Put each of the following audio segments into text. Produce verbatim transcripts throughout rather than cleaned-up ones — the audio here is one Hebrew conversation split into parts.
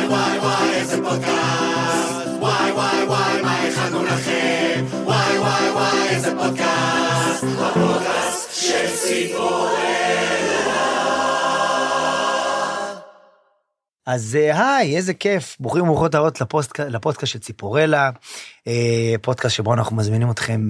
וואי וואי וואי איזה פודקאסט, וואי וואי וואי מה הכנו לכם, וואי וואי וואי איזה פודקאסט, הפודקאסט של ציפורלה. אז היי, איזה כיף, ברוכים וברוכות הבאות לפודקאסט של ציפורלה, פודקאסט שבו אנחנו מזמינים אתכם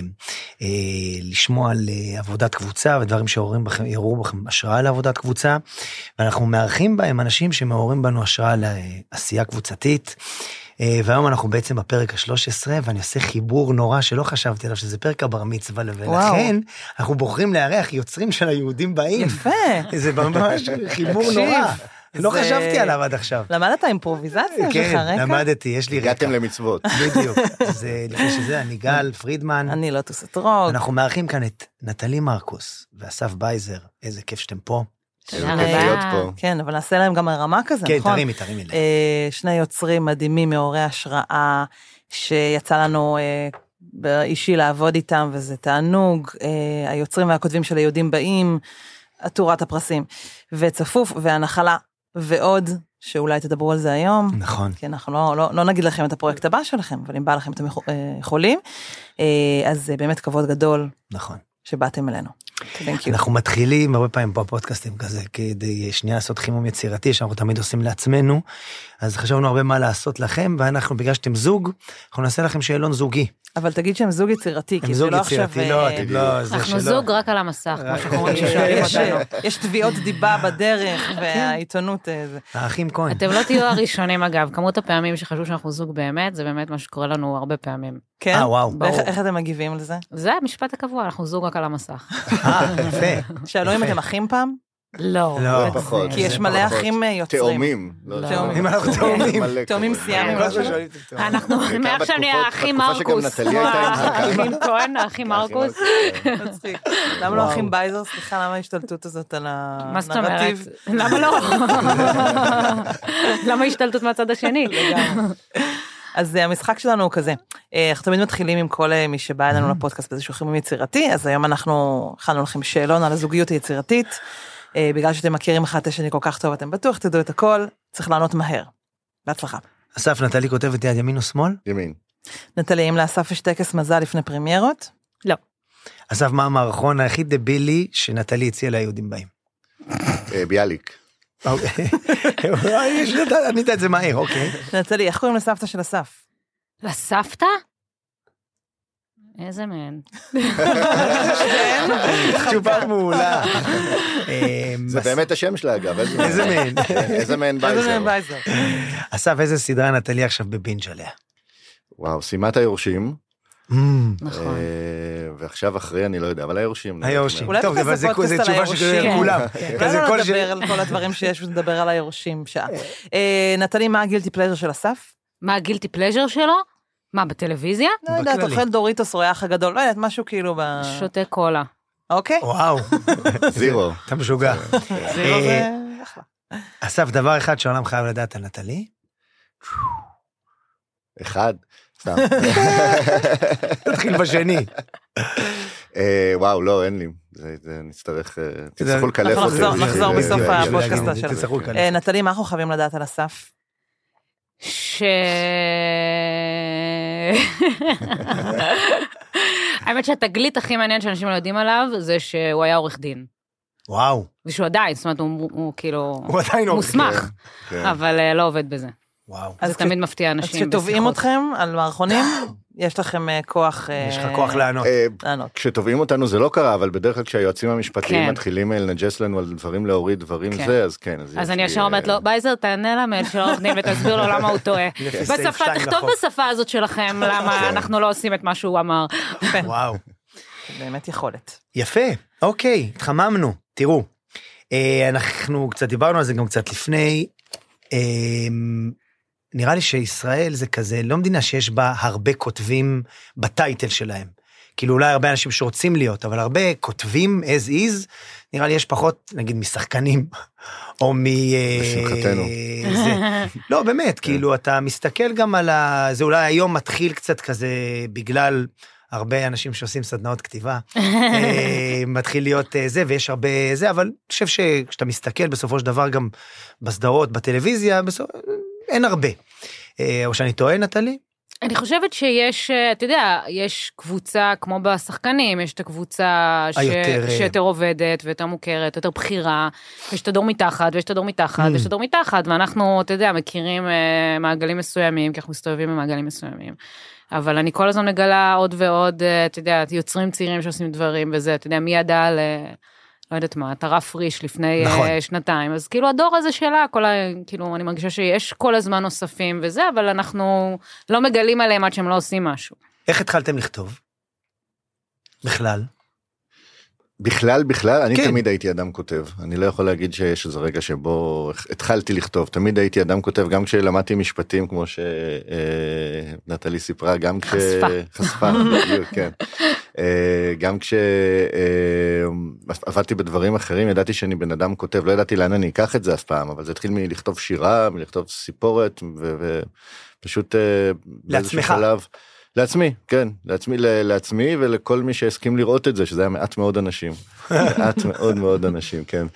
לשמוע על עבודת קבוצה ודברים שיעוררו בכם השראה לעבודת קבוצה, ואנחנו מארחים בהם אנשים שמעוררים בנו השראה לעשייה קבוצתית, והיום אנחנו בעצם בפרק ה-שלוש עשרה, ואני עושה חיבור נורא שלא חשבתי עליו, שזה פרק הבר מצווה, ולכן אנחנו בוחרים לארח יוצרים של היהודים באים. יפה. זה ממש חיבור נורא. לא חשבתי עליו עד עכשיו. למדת אימפרוביזציה שלך, רקע? כן, למדתי, יש לי רקע. הגעתם למצוות. בדיוק. אז לפני שזה, אני גל פרידמן. אני לא תוסטרוג. אנחנו מארחים כאן את נטלי מרקוס ואסף בייזר. איזה כיף שאתם פה. איזה כיף להיות פה. כן, אבל נעשה להם גם הרמה כזה, כן, נכון? תרימי, תרימי. שני יוצרים מדהימים, מעוררי השראה, שיצא לנו באישי לעבוד איתם, וזה תענוג. היוצרים והכותבים של היהודים באים, עטורת הפרסים, וצפוף והנחלה. ועוד, שאולי תדברו על זה היום. נכון. כי אנחנו לא, לא, לא נגיד לכם את הפרויקט הבא שלכם, אבל אם בא לכם אתם יכולים, אז באמת כבוד גדול. נכון. שבאתם אלינו. אנחנו מתחילים הרבה פעמים בפודקאסטים כזה, כדי שנייה לעשות חימום יצירתי, שאנחנו תמיד עושים לעצמנו, אז חשבנו הרבה מה לעשות לכם, ואנחנו, בגלל שאתם זוג, אנחנו נעשה לכם שאלון זוגי. אבל תגיד שהם זוג יצירתי, כי זה לא עכשיו... אנחנו זוג רק על המסך, כמו שאנחנו אומרים ששואלים אותנו. יש תביעות דיבה בדרך, והעיתונות... האחים כהן. אתם לא תהיו הראשונים, אגב, כמות הפעמים שחשבו שאנחנו זוג באמת, זה באמת מה שקורה לנו הרבה פעמים. כן? אה, וואו. איך אתם מגיבים לזה? זה המשפט הקבוע, אנחנו זוג רק על המסך. אה, יפה. שאלו אם אתם אחים פעם? לא. לא. פחות. כי יש מלא אחים יוצרים. תאומים. אם אנחנו תאומים. תאומים סיימים. אנחנו, מעכשיו נהיה האחים מרקוס. האחים כהן, האחים מרקוס. למה לא האחים בייזר? סליחה, למה ההשתלטות הזאת על הנרטיב? מה זאת אומרת? למה לא? למה השתלטות מהצד השני? אז המשחק שלנו הוא כזה, אנחנו תמיד מתחילים עם כל מי שבא אלינו לפודקאסט באיזשהו חימום יצירתי, אז היום אנחנו הכנו לכם שאלון על הזוגיות היצירתית, בגלל שאתם מכירים אחד את השני כל כך טוב, אתם בטוח תדעו את הכל, צריך לענות מהר. בהצלחה. אסף, נטלי כותבת יד ימין או שמאל? ימין. נטלי, אם לאסף יש טקס מזל לפני פרמיירות? לא. אסף, מה המערכון הכי דבילי שנטלי הציעה ליהודים באים? ביאליק. אני יודע את זה מהר, אוקיי. נטלי, איך קוראים לסבתא של אסף? לסבתא? איזה מהן? תשובה מעולה. זה באמת השם שלה, אגב. איזה מהן? איזה מהן בייזר. אסף, איזה סדרה נטלי עכשיו בבינג' עליה? וואו, שימת היורשים. נכון. ועכשיו אחרי אני לא יודע, אבל היורשים. היורשים. אולי טוב, אבל זה תשובה שקוראים לכולם. אולי לא נדבר על כל הדברים שיש ונדבר על היורשים שעה. נטלי, מה הגילטי פלז'ר של אסף? מה הגילטי פלז'ר שלו? מה, בטלוויזיה? לא יודעת, אוכל דוריטוס רויח הגדול, לא יודעת, משהו כאילו ב... שותה קולה. אוקיי. וואו. זירו. אתה משוגע. זירו זה אחלה. אסף, דבר אחד שהעולם חייב לדעת על נטלי? אחד. סתם. תתחיל בשני. וואו, לא, אין לי. זה נצטרך, תצטרכו לקלף אותי. נחזור בסוף הפודקאסט שלנו. תצטרכו לקלף. נטלי, מה אנחנו חייבים לדעת על אסף? ש... האמת שהתגלית הכי מעניין שאנשים לא יודעים עליו, זה שהוא היה עורך דין. וואו. ושהוא עדיין, זאת אומרת, הוא כאילו... הוא עדיין עורך דין. מוסמך, אבל לא עובד בזה. וואו. זה תמיד מפתיע אנשים. אז כשתובעים אתכם על מערכונים, יש לכם כוח... יש לך כוח לענות. כשתובעים אותנו זה לא קרה, אבל בדרך כלל כשהיועצים המשפטיים מתחילים לנג'ס לנו על דברים להוריד דברים זה, אז כן. אז אני ישר אומרת לו, בייזר, תענה למייל של עורך דין ותסביר לו למה הוא טועה. בשפה, תכתוב בשפה הזאת שלכם, למה אנחנו לא עושים את מה שהוא אמר. וואו. באמת יכולת. יפה, אוקיי, התחממנו. תראו, אנחנו קצת דיברנו על זה גם קצת לפני, נראה לי שישראל זה כזה, לא מדינה שיש בה הרבה כותבים בטייטל שלהם. כאילו אולי הרבה אנשים שרוצים להיות, אבל הרבה כותבים as is, נראה לי יש פחות, נגיד, משחקנים, או מ... בשמחתנו. לא, באמת, כאילו אתה מסתכל גם על ה... זה אולי היום מתחיל קצת כזה, בגלל הרבה אנשים שעושים סדנאות כתיבה, מתחיל להיות זה, ויש הרבה זה, אבל אני חושב שכשאתה מסתכל בסופו של דבר גם בסדרות, בטלוויזיה, בסופו... אין הרבה. או שאני טועה, נטלי? אני חושבת שיש, אתה יודע, יש קבוצה, כמו בשחקנים, יש את הקבוצה ש... שיותר עובדת ויותר מוכרת, יותר בחירה, יש את הדור מתחת, ויש את הדור מתחת, ויש את הדור מתחת, ואנחנו, אתה יודע, מכירים מעגלים מסוימים, כי אנחנו מסתובבים במעגלים מסוימים. אבל אני כל הזמן מגלה עוד ועוד, אתה יודע, יוצרים צעירים שעושים דברים, וזה, אתה יודע, מי ידע ל... לא יודעת מה, אתה רף ריש לפני נכון. שנתיים, אז כאילו הדור הזה שלה, כל ה... כאילו אני מרגישה שיש כל הזמן נוספים וזה, אבל אנחנו לא מגלים עליהם עד שהם לא עושים משהו. איך התחלתם לכתוב? בכלל? בכלל, בכלל, אני כן. תמיד הייתי אדם כותב. אני לא יכול להגיד שיש איזה רגע שבו התחלתי לכתוב. תמיד הייתי אדם כותב, גם כשלמדתי משפטים, כמו שנטלי סיפרה, גם כש... חשפה. חשפה, כן. גם כשעבדתי בדברים אחרים, ידעתי שאני בן אדם כותב, לא ידעתי לאן אני אקח את זה אף פעם, אבל זה התחיל מלכתוב שירה, מלכתוב סיפורת, ופשוט... לעצמך. לעצמי, כן, לעצמי, לעצמי ולכל מי שהסכים לראות את זה, שזה היה מעט מאוד אנשים, מעט מאוד מאוד אנשים, כן.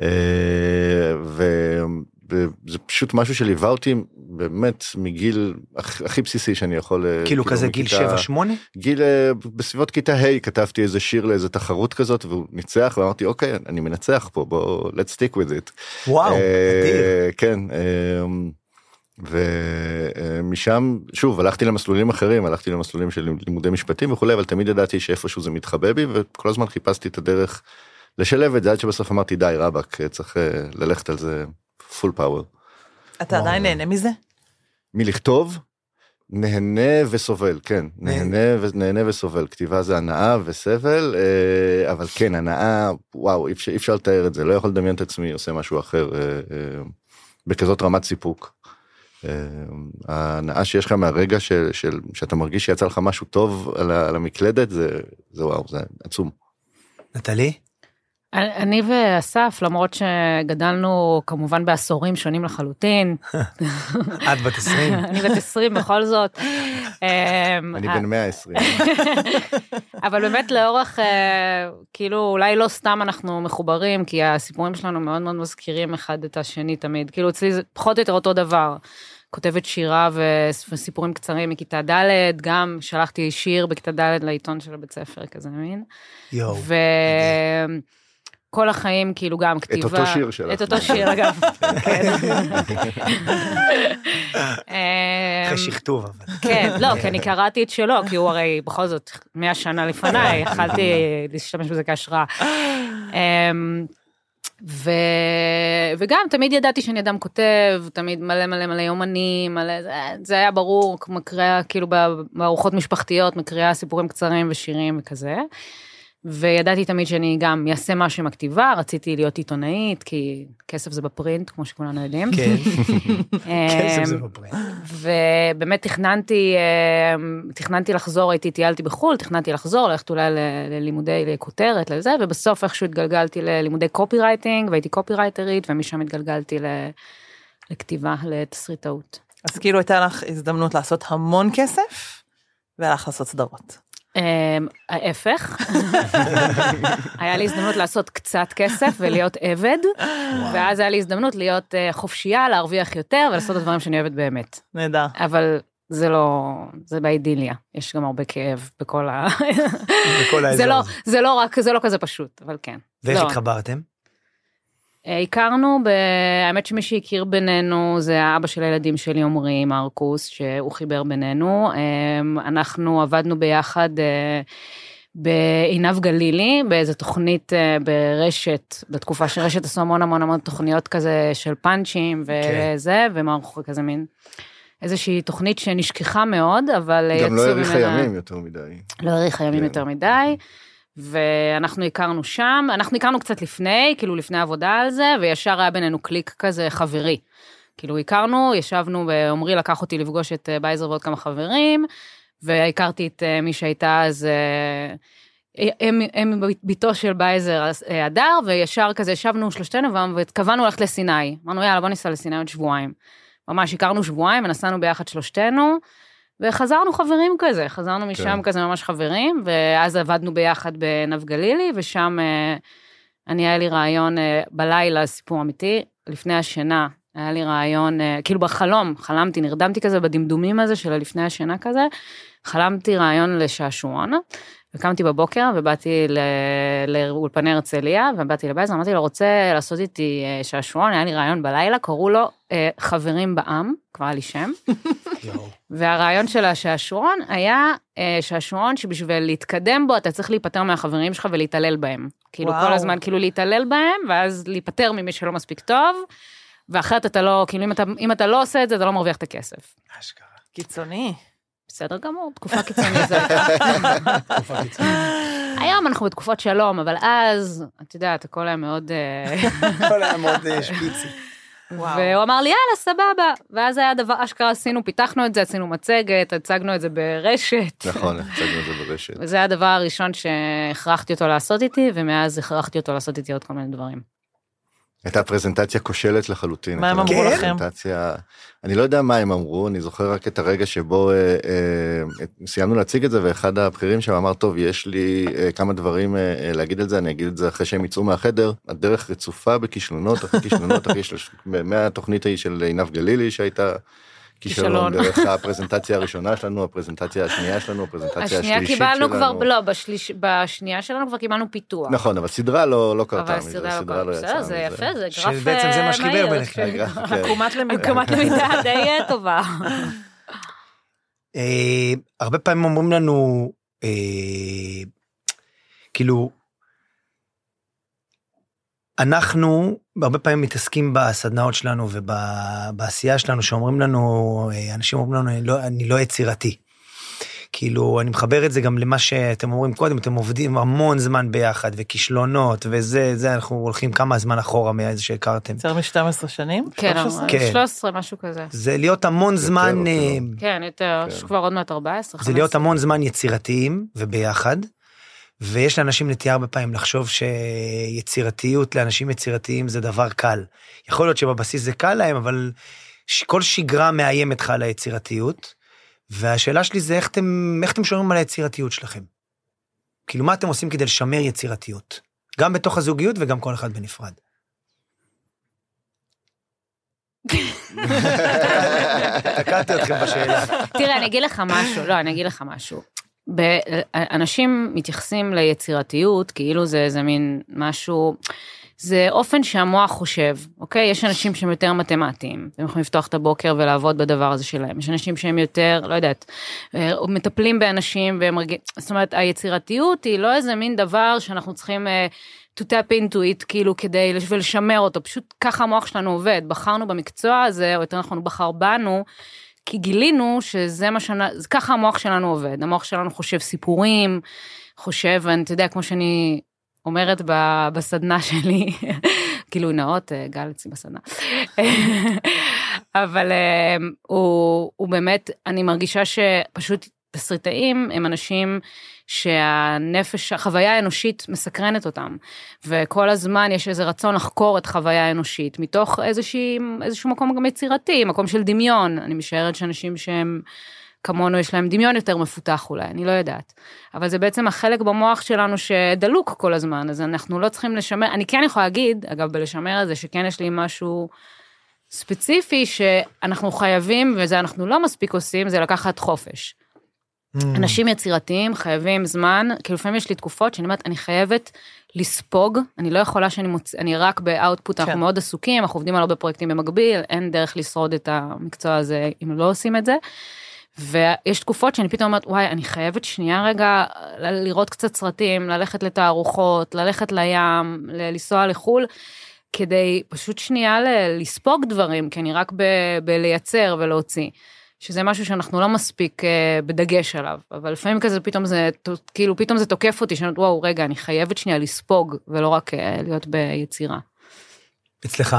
וזה פשוט משהו שליווה אותי באמת מגיל הכי בסיסי שאני יכול... כאילו כזה גיל שבע שמונה? גיל, בסביבות כיתה ה' כתבתי איזה שיר לאיזה תחרות כזאת, והוא ניצח, ואמרתי, אוקיי, אני מנצח פה, בוא, let's stick with it. וואו, אדיר. כן, ומשם, שוב, הלכתי למסלולים אחרים, הלכתי למסלולים של לימודי משפטים וכו', אבל תמיד ידעתי שאיפשהו זה מתחבא בי, וכל הזמן חיפשתי את הדרך לשלב את זה, עד שבסוף אמרתי, די, רבק, צריך ללכת על זה full power. אתה עדיין נהנה מזה? מלכתוב, נהנה וסובל, כן, נהנה וסובל, כתיבה זה הנאה וסבל, אבל כן, הנאה, וואו, אי אפשר לתאר את זה, לא יכול לדמיין את עצמי, עושה משהו אחר, בכזאת רמת סיפוק. ההנאה שיש לך מהרגע של, של, שאתה מרגיש שיצא לך משהו טוב על, על המקלדת, זה, זה וואו, זה עצום. נטלי? אני ואסף, למרות שגדלנו כמובן בעשורים שונים לחלוטין. את בת עשרים. אני בת עשרים בכל זאת. אני בן מאה ועשרים. אבל באמת לאורך, כאילו אולי לא סתם אנחנו מחוברים, כי הסיפורים שלנו מאוד מאוד מזכירים אחד את השני תמיד. כאילו אצלי זה פחות או יותר אותו דבר. כותבת שירה וסיפורים קצרים מכיתה ד', גם שלחתי שיר בכיתה ד' לעיתון של הבית ספר, כזה מבין. יואו. כל החיים, כאילו גם כתיבה. את אותו שיר שלך. את אותו שיר, אגב. אחרי שכתוב, אבל. כן, לא, כי אני קראתי את שלו, כי הוא הרי בכל זאת מאה שנה לפניי, יכלתי להשתמש בזה כהשראה. וגם תמיד ידעתי שאני אדם כותב, תמיד מלא מלא מלא יומנים, זה היה ברור, מקריאה, כאילו בארוחות משפחתיות, מקריאה סיפורים קצרים ושירים וכזה. וידעתי תמיד שאני גם אעשה משהו עם הכתיבה, רציתי להיות עיתונאית, כי כסף זה בפרינט, כמו שכולנו יודעים. כן, כסף זה בפרינט. ובאמת תכננתי, תכננתי לחזור, הייתי, טיילתי בחול, תכננתי לחזור, ללכת אולי ללימודי כותרת, לזה, ובסוף איכשהו התגלגלתי ללימודי קופירייטינג, והייתי קופירייטרית, ומשם התגלגלתי לכתיבה, לתסריטאות. אז כאילו הייתה לך הזדמנות לעשות המון כסף, והלך לעשות סדרות. ההפך, היה לי הזדמנות לעשות קצת כסף ולהיות עבד, ואז היה לי הזדמנות להיות חופשייה, להרוויח יותר ולעשות את הדברים שאני אוהבת באמת. נהדר. אבל זה לא, זה באידיליה, יש גם הרבה כאב בכל ה... בכל האזור הזה. זה לא רק, זה לא כזה פשוט, אבל כן. ואיך התחברתם? הכרנו, האמת שמי שהכיר בינינו, זה האבא של הילדים שלי, עומרי מרקוס, שהוא חיבר בינינו. אנחנו עבדנו ביחד בעינב גלילי, באיזו תוכנית ברשת, בתקופה שרשת עשו המון המון המון תוכניות כזה של פאנצ'ים וזה, ומערכו כזה מין. איזושהי תוכנית שנשכחה מאוד, אבל... גם לא העריכה ימים יותר מדי. לא העריכה ימים יותר מדי. ואנחנו הכרנו שם, אנחנו הכרנו קצת לפני, כאילו לפני עבודה על זה, וישר היה בינינו קליק כזה חברי. כאילו הכרנו, ישבנו, ועומרי לקח אותי לפגוש את בייזר ועוד כמה חברים, והכרתי את מי שהייתה אז, הם, הם ביתו של בייזר הדר, וישר כזה ישבנו שלושתנו, והתכוונו ללכת לסיני. אמרנו, יאללה, בוא ניסע לסיני עוד שבועיים. ממש הכרנו שבועיים, ונסענו ביחד שלושתנו, וחזרנו חברים כזה, חזרנו משם כן. כזה ממש חברים, ואז עבדנו ביחד בנב גלילי, ושם אני היה לי רעיון בלילה, סיפור אמיתי, לפני השינה, היה לי רעיון, כאילו בחלום, חלמתי, נרדמתי כזה בדמדומים הזה של לפני השינה כזה, חלמתי רעיון לשעשועון, וקמתי בבוקר ובאתי לאולפני הרצליה, ובאתי לבית, אמרתי לו, רוצה לעשות איתי שעשועון, היה לי רעיון בלילה, קראו לו חברים בעם, כבר היה לי שם, והרעיון של השעשועון היה שעשועון שבשביל להתקדם בו, אתה צריך להיפטר מהחברים שלך ולהתעלל בהם. כאילו כל הזמן כאילו להתעלל בהם, ואז להיפטר ממי שלא מספיק טוב, ואחרת אתה לא, כאילו אם אתה, אם אתה לא עושה את זה, אתה לא מרוויח את הכסף. אשכרה. קיצוני. בסדר גמור, תקופה קיצונית זה. היום אנחנו בתקופות שלום, אבל אז, את יודעת, הכל היה מאוד... הכל היה מאוד שפיצי. והוא אמר לי, יאללה, סבבה. ואז היה דבר, אשכרה עשינו, פיתחנו את זה, עשינו מצגת, הצגנו את זה ברשת. נכון, הצגנו את זה ברשת. וזה היה הדבר הראשון שהכרחתי אותו לעשות איתי, ומאז הכרחתי אותו לעשות איתי עוד כל מיני דברים. הייתה פרזנטציה כושלת לחלוטין. מה הם אמרו לכם? אני לא יודע מה הם אמרו, אני זוכר רק את הרגע שבו סיימנו להציג את זה, ואחד הבכירים שם אמר, טוב, יש לי כמה דברים להגיד על זה, אני אגיד את זה אחרי שהם יצאו מהחדר, הדרך רצופה בכישלונות, אחרי כישלונות, מהתוכנית ההיא של עינב גלילי שהייתה כישלון, דרך הפרזנטציה הראשונה שלנו, הפרזנטציה השנייה שלנו, הפרזנטציה השלישית שלנו. השנייה קיבלנו כבר, לא, בשנייה שלנו כבר קיבלנו פיתוח. נכון, אבל סדרה לא קרתה מזה, סדרה לא יצאה. זה יפה, זה גרף מהיר. שבעצם זה מה שחיבר ביניכם. עקומת למידה. עקומת למידה די טובה. הרבה פעמים אומרים לנו, כאילו, אנחנו הרבה פעמים מתעסקים בסדנאות שלנו ובעשייה שלנו, שאומרים לנו, אנשים אומרים לנו, אני לא, אני לא יצירתי. כאילו, אני מחבר את זה גם למה שאתם אומרים קודם, אתם עובדים המון זמן ביחד, וכישלונות, וזה, זה אנחנו הולכים כמה זמן אחורה מאיזה שהכרתם. יותר מ-שתים עשרה שנים? כן, שלוש עשרה, משהו כזה. זה להיות המון זמן... כן, יותר, כבר עוד מעט ארבע עשרה. זה להיות המון זמן יצירתיים וביחד, ויש לאנשים נטייה הרבה פעמים לחשוב שיצירתיות לאנשים יצירתיים זה דבר קל. יכול להיות שבבסיס זה קל להם, אבל כל שגרה מאיימת לך על היצירתיות, והשאלה שלי זה איך אתם, איך אתם שומרים על היצירתיות שלכם? כאילו מה אתם עושים כדי לשמר יצירתיות? גם בתוך הזוגיות וגם כל אחד בנפרד. תקעתי אתכם בשאלה. תראה, אני אגיד לך משהו, לא, אני אגיד לך משהו. אנשים מתייחסים ליצירתיות, כאילו זה איזה מין משהו, זה אופן שהמוח חושב, אוקיי? יש אנשים שהם יותר מתמטיים, הם יכולים לפתוח את הבוקר ולעבוד בדבר הזה שלהם, יש אנשים שהם יותר, לא יודעת, מטפלים באנשים, והם רגיל, זאת אומרת, היצירתיות היא לא איזה מין דבר שאנחנו צריכים to tap into it, כאילו כדי לשמר אותו, פשוט ככה המוח שלנו עובד, בחרנו במקצוע הזה, או יותר נכון, בחר בנו, כי גילינו שזה מה שנה, ככה המוח שלנו עובד, המוח שלנו חושב סיפורים, חושב, ואתה יודע, כמו שאני אומרת בסדנה שלי, כאילו נאות, גל אצלי בסדנה, אבל הוא, הוא באמת, אני מרגישה שפשוט תסריטאים הם אנשים שהנפש, החוויה האנושית מסקרנת אותם, וכל הזמן יש איזה רצון לחקור את חוויה האנושית, מתוך איזשהו, איזשהו מקום גם יצירתי, מקום של דמיון, אני משערת שאנשים שהם כמונו יש להם דמיון יותר מפותח אולי, אני לא יודעת, אבל זה בעצם החלק במוח שלנו שדלוק כל הזמן, אז אנחנו לא צריכים לשמר, אני כן יכולה להגיד, אגב בלשמר הזה, שכן יש לי משהו ספציפי שאנחנו חייבים, וזה אנחנו לא מספיק עושים, זה לקחת חופש. אנשים יצירתיים חייבים זמן, כי לפעמים יש לי תקופות שאני אומרת, אני חייבת לספוג, אני לא יכולה שאני מוצ... אני רק באוטפוט, אנחנו מאוד עסוקים, אנחנו עובדים על הרבה פרויקטים במקביל, אין דרך לשרוד את המקצוע הזה אם לא עושים את זה, ויש תקופות שאני פתאום אומרת, וואי, אני חייבת שנייה רגע לראות קצת סרטים, ללכת לתערוכות, ללכת לים, לנסוע לחול, כדי פשוט שנייה לספוג דברים, כי אני רק ב- בלייצר ולהוציא. שזה משהו שאנחנו לא מספיק בדגש עליו, אבל לפעמים כזה פתאום זה, כאילו פתאום זה תוקף אותי, שאני אומרת, וואו, רגע, אני חייבת שנייה לספוג, ולא רק להיות ביצירה. אצלך?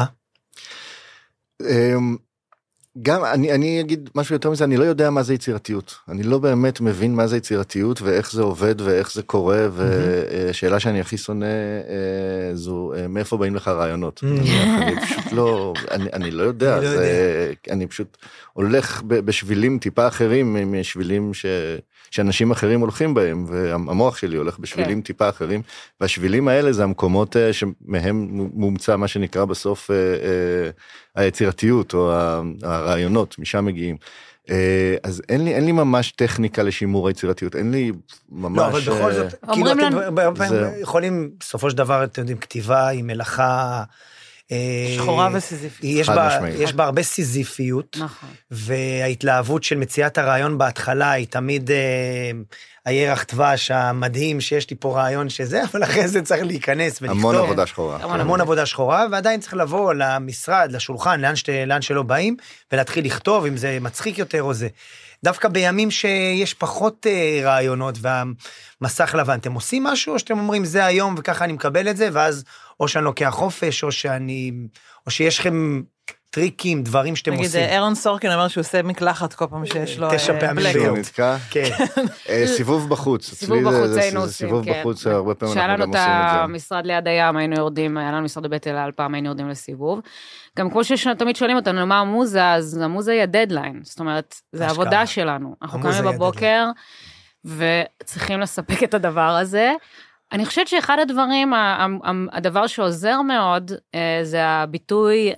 גם, אני, אני אגיד משהו יותר מזה, אני לא יודע מה זה יצירתיות. אני לא באמת מבין מה זה יצירתיות, ואיך זה עובד, ואיך זה קורה, ושאלה שאני הכי שונא, זו, מאיפה באים לך רעיונות? אני פשוט לא, אני, אני לא יודע, זה, אני פשוט הולך בשבילים טיפה אחרים, משבילים ש... שאנשים אחרים הולכים בהם, והמוח שלי הולך בשבילים טיפה אחרים, והשבילים האלה זה המקומות שמהם מומצא מה שנקרא בסוף היצירתיות או הרעיונות, משם מגיעים. אז אין לי, אין לי ממש טכניקה לשימור היצירתיות, אין לי ממש... לא, אבל בכל זאת, כאילו אתם יכולים, בסופו של דבר, אתם יודעים, כתיבה היא מלאכה... שחורה וסיזיפית. יש בה הרבה סיזיפיות, וההתלהבות של מציאת הרעיון בהתחלה היא תמיד הירח דבש המדהים שיש לי פה רעיון שזה, אבל אחרי זה צריך להיכנס ולכתוב. המון עבודה שחורה. המון עבודה שחורה, ועדיין צריך לבוא למשרד, לשולחן, לאן שלא באים, ולהתחיל לכתוב אם זה מצחיק יותר או זה. דווקא בימים שיש פחות רעיונות והמסך לבן, אתם עושים משהו או שאתם אומרים זה היום וככה אני מקבל את זה, ואז או שאני לוקח חופש או שאני, או שיש לכם טריקים, דברים שאתם נגיד, עושים. נגיד, אירון סורקין אומר שהוא עושה מקלחת כל פעם שיש לו תשע פעמים ביום. נתקע? כן. סיבוב בחוץ. סיבוב בחוץ היינו עושים, סיבוב בחוץ, הרבה פעמים אנחנו גם עושים את זה. שהיה לנו את המשרד ליד הים, היינו יורדים, היה לנו משרד בבית אל פעם, היינו יורדים לסיבוב. גם כמו שתמיד שואלים אותנו, מה המוזה, אז המוזה היא הדדליין. זאת אומרת, זה העבודה שלנו. אנחנו קמים בבוקר, וצריכים לספק את הדבר הזה. אני חושבת שאחד הדברים, הדבר שעוזר מאוד, זה הביטוי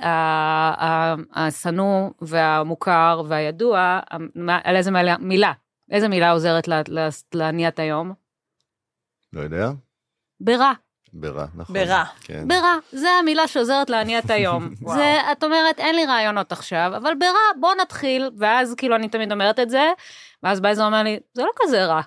הסנוע והמוכר והידוע, על איזה מילה, איזה מילה עוזרת להניית היום? לא יודע. ברע. ברע, נכון. ברע. כן. ברע, זה המילה שעוזרת להניית היום. זה, את אומרת, אין לי רעיונות עכשיו, אבל ברע, בוא נתחיל, ואז כאילו אני תמיד אומרת את זה, ואז באיזה אומר לי, זה לא כזה רע.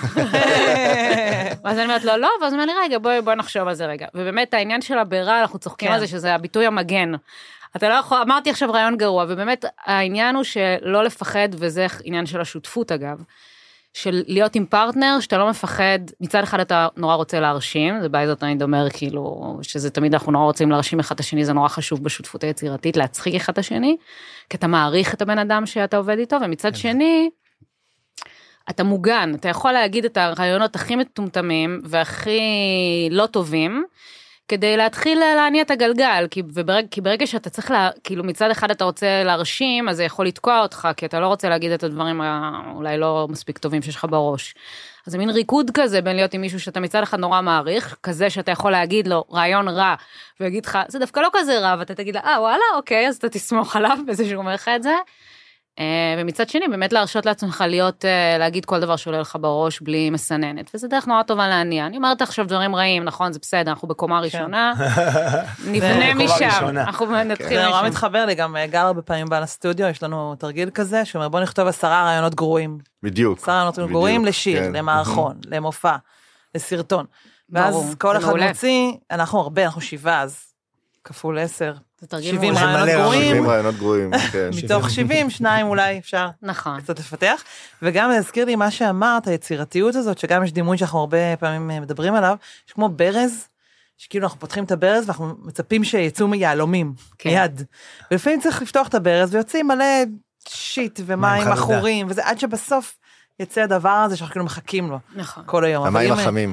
ואז אני אומרת לו, לא, ואז הוא אומר לי, רגע, בואי, בואי נחשוב על זה רגע. ובאמת העניין של הברע, אנחנו צוחקים על זה, שזה הביטוי המגן. אתה לא יכול, אמרתי עכשיו רעיון גרוע, ובאמת העניין הוא שלא לפחד, וזה עניין של השותפות אגב, של להיות עם פרטנר, שאתה לא מפחד, מצד אחד אתה נורא רוצה להרשים, זה בעיה זאת אני אומר כאילו, שזה תמיד אנחנו נורא רוצים להרשים אחד את השני, זה נורא חשוב בשותפות היצירתית, להצחיק אחד את השני, כי אתה מעריך את הבן אדם שאתה עובד איתו, ומצד שני, אתה מוגן, אתה יכול להגיד את הרעיונות הכי מטומטמים, והכי לא טובים, כדי להתחיל להניע את הגלגל, כי ברגע, כי ברגע שאתה צריך, לה, כאילו מצד אחד אתה רוצה להרשים, אז זה יכול לתקוע אותך, כי אתה לא רוצה להגיד את הדברים אולי לא מספיק טובים שיש לך בראש. אז זה מין ריקוד כזה בין להיות עם מישהו שאתה מצד אחד נורא מעריך, כזה שאתה יכול להגיד לו רעיון רע, ויגיד לך, זה דווקא לא כזה רע, ואתה תגיד לה, אה וואלה, אוקיי, אז אתה תסמוך עליו בזה שהוא אומר לך את זה. ומצד שני, באמת להרשות לעצמך להיות, להגיד כל דבר שעולה לך בראש בלי מסננת, וזה דרך נורא טובה להניע. אני אומרת עכשיו דברים רעים, נכון, זה בסדר, אנחנו בקומה ראשונה, נבנה משם, אנחנו נתחיל משם. זה נורא מתחבר לי, גם גל הרבה פעמים בא לסטודיו, יש לנו תרגיל כזה, שאומר בוא נכתוב עשרה רעיונות גרועים. בדיוק. עשרה רעיונות גרועים לשיר, למערכון, למופע, לסרטון. ואז כל אחד מוציא, אנחנו הרבה, אנחנו שבעה, אז כפול עשר. שבעים רעיונות גרועים, מתוך שבעים, שניים אולי אפשר קצת לפתח, וגם להזכיר לי מה שאמרת, היצירתיות הזאת, שגם יש דימוי שאנחנו הרבה פעמים מדברים עליו, שכמו ברז, שכאילו אנחנו פותחים את הברז, ואנחנו מצפים שיצאו מיהלומים, מיד, ולפעמים צריך לפתוח את הברז, ויוצאים מלא שיט ומים אחורים, וזה עד שבסוף יצא הדבר הזה, שאנחנו כאילו מחכים לו, כל היום. המים החמים.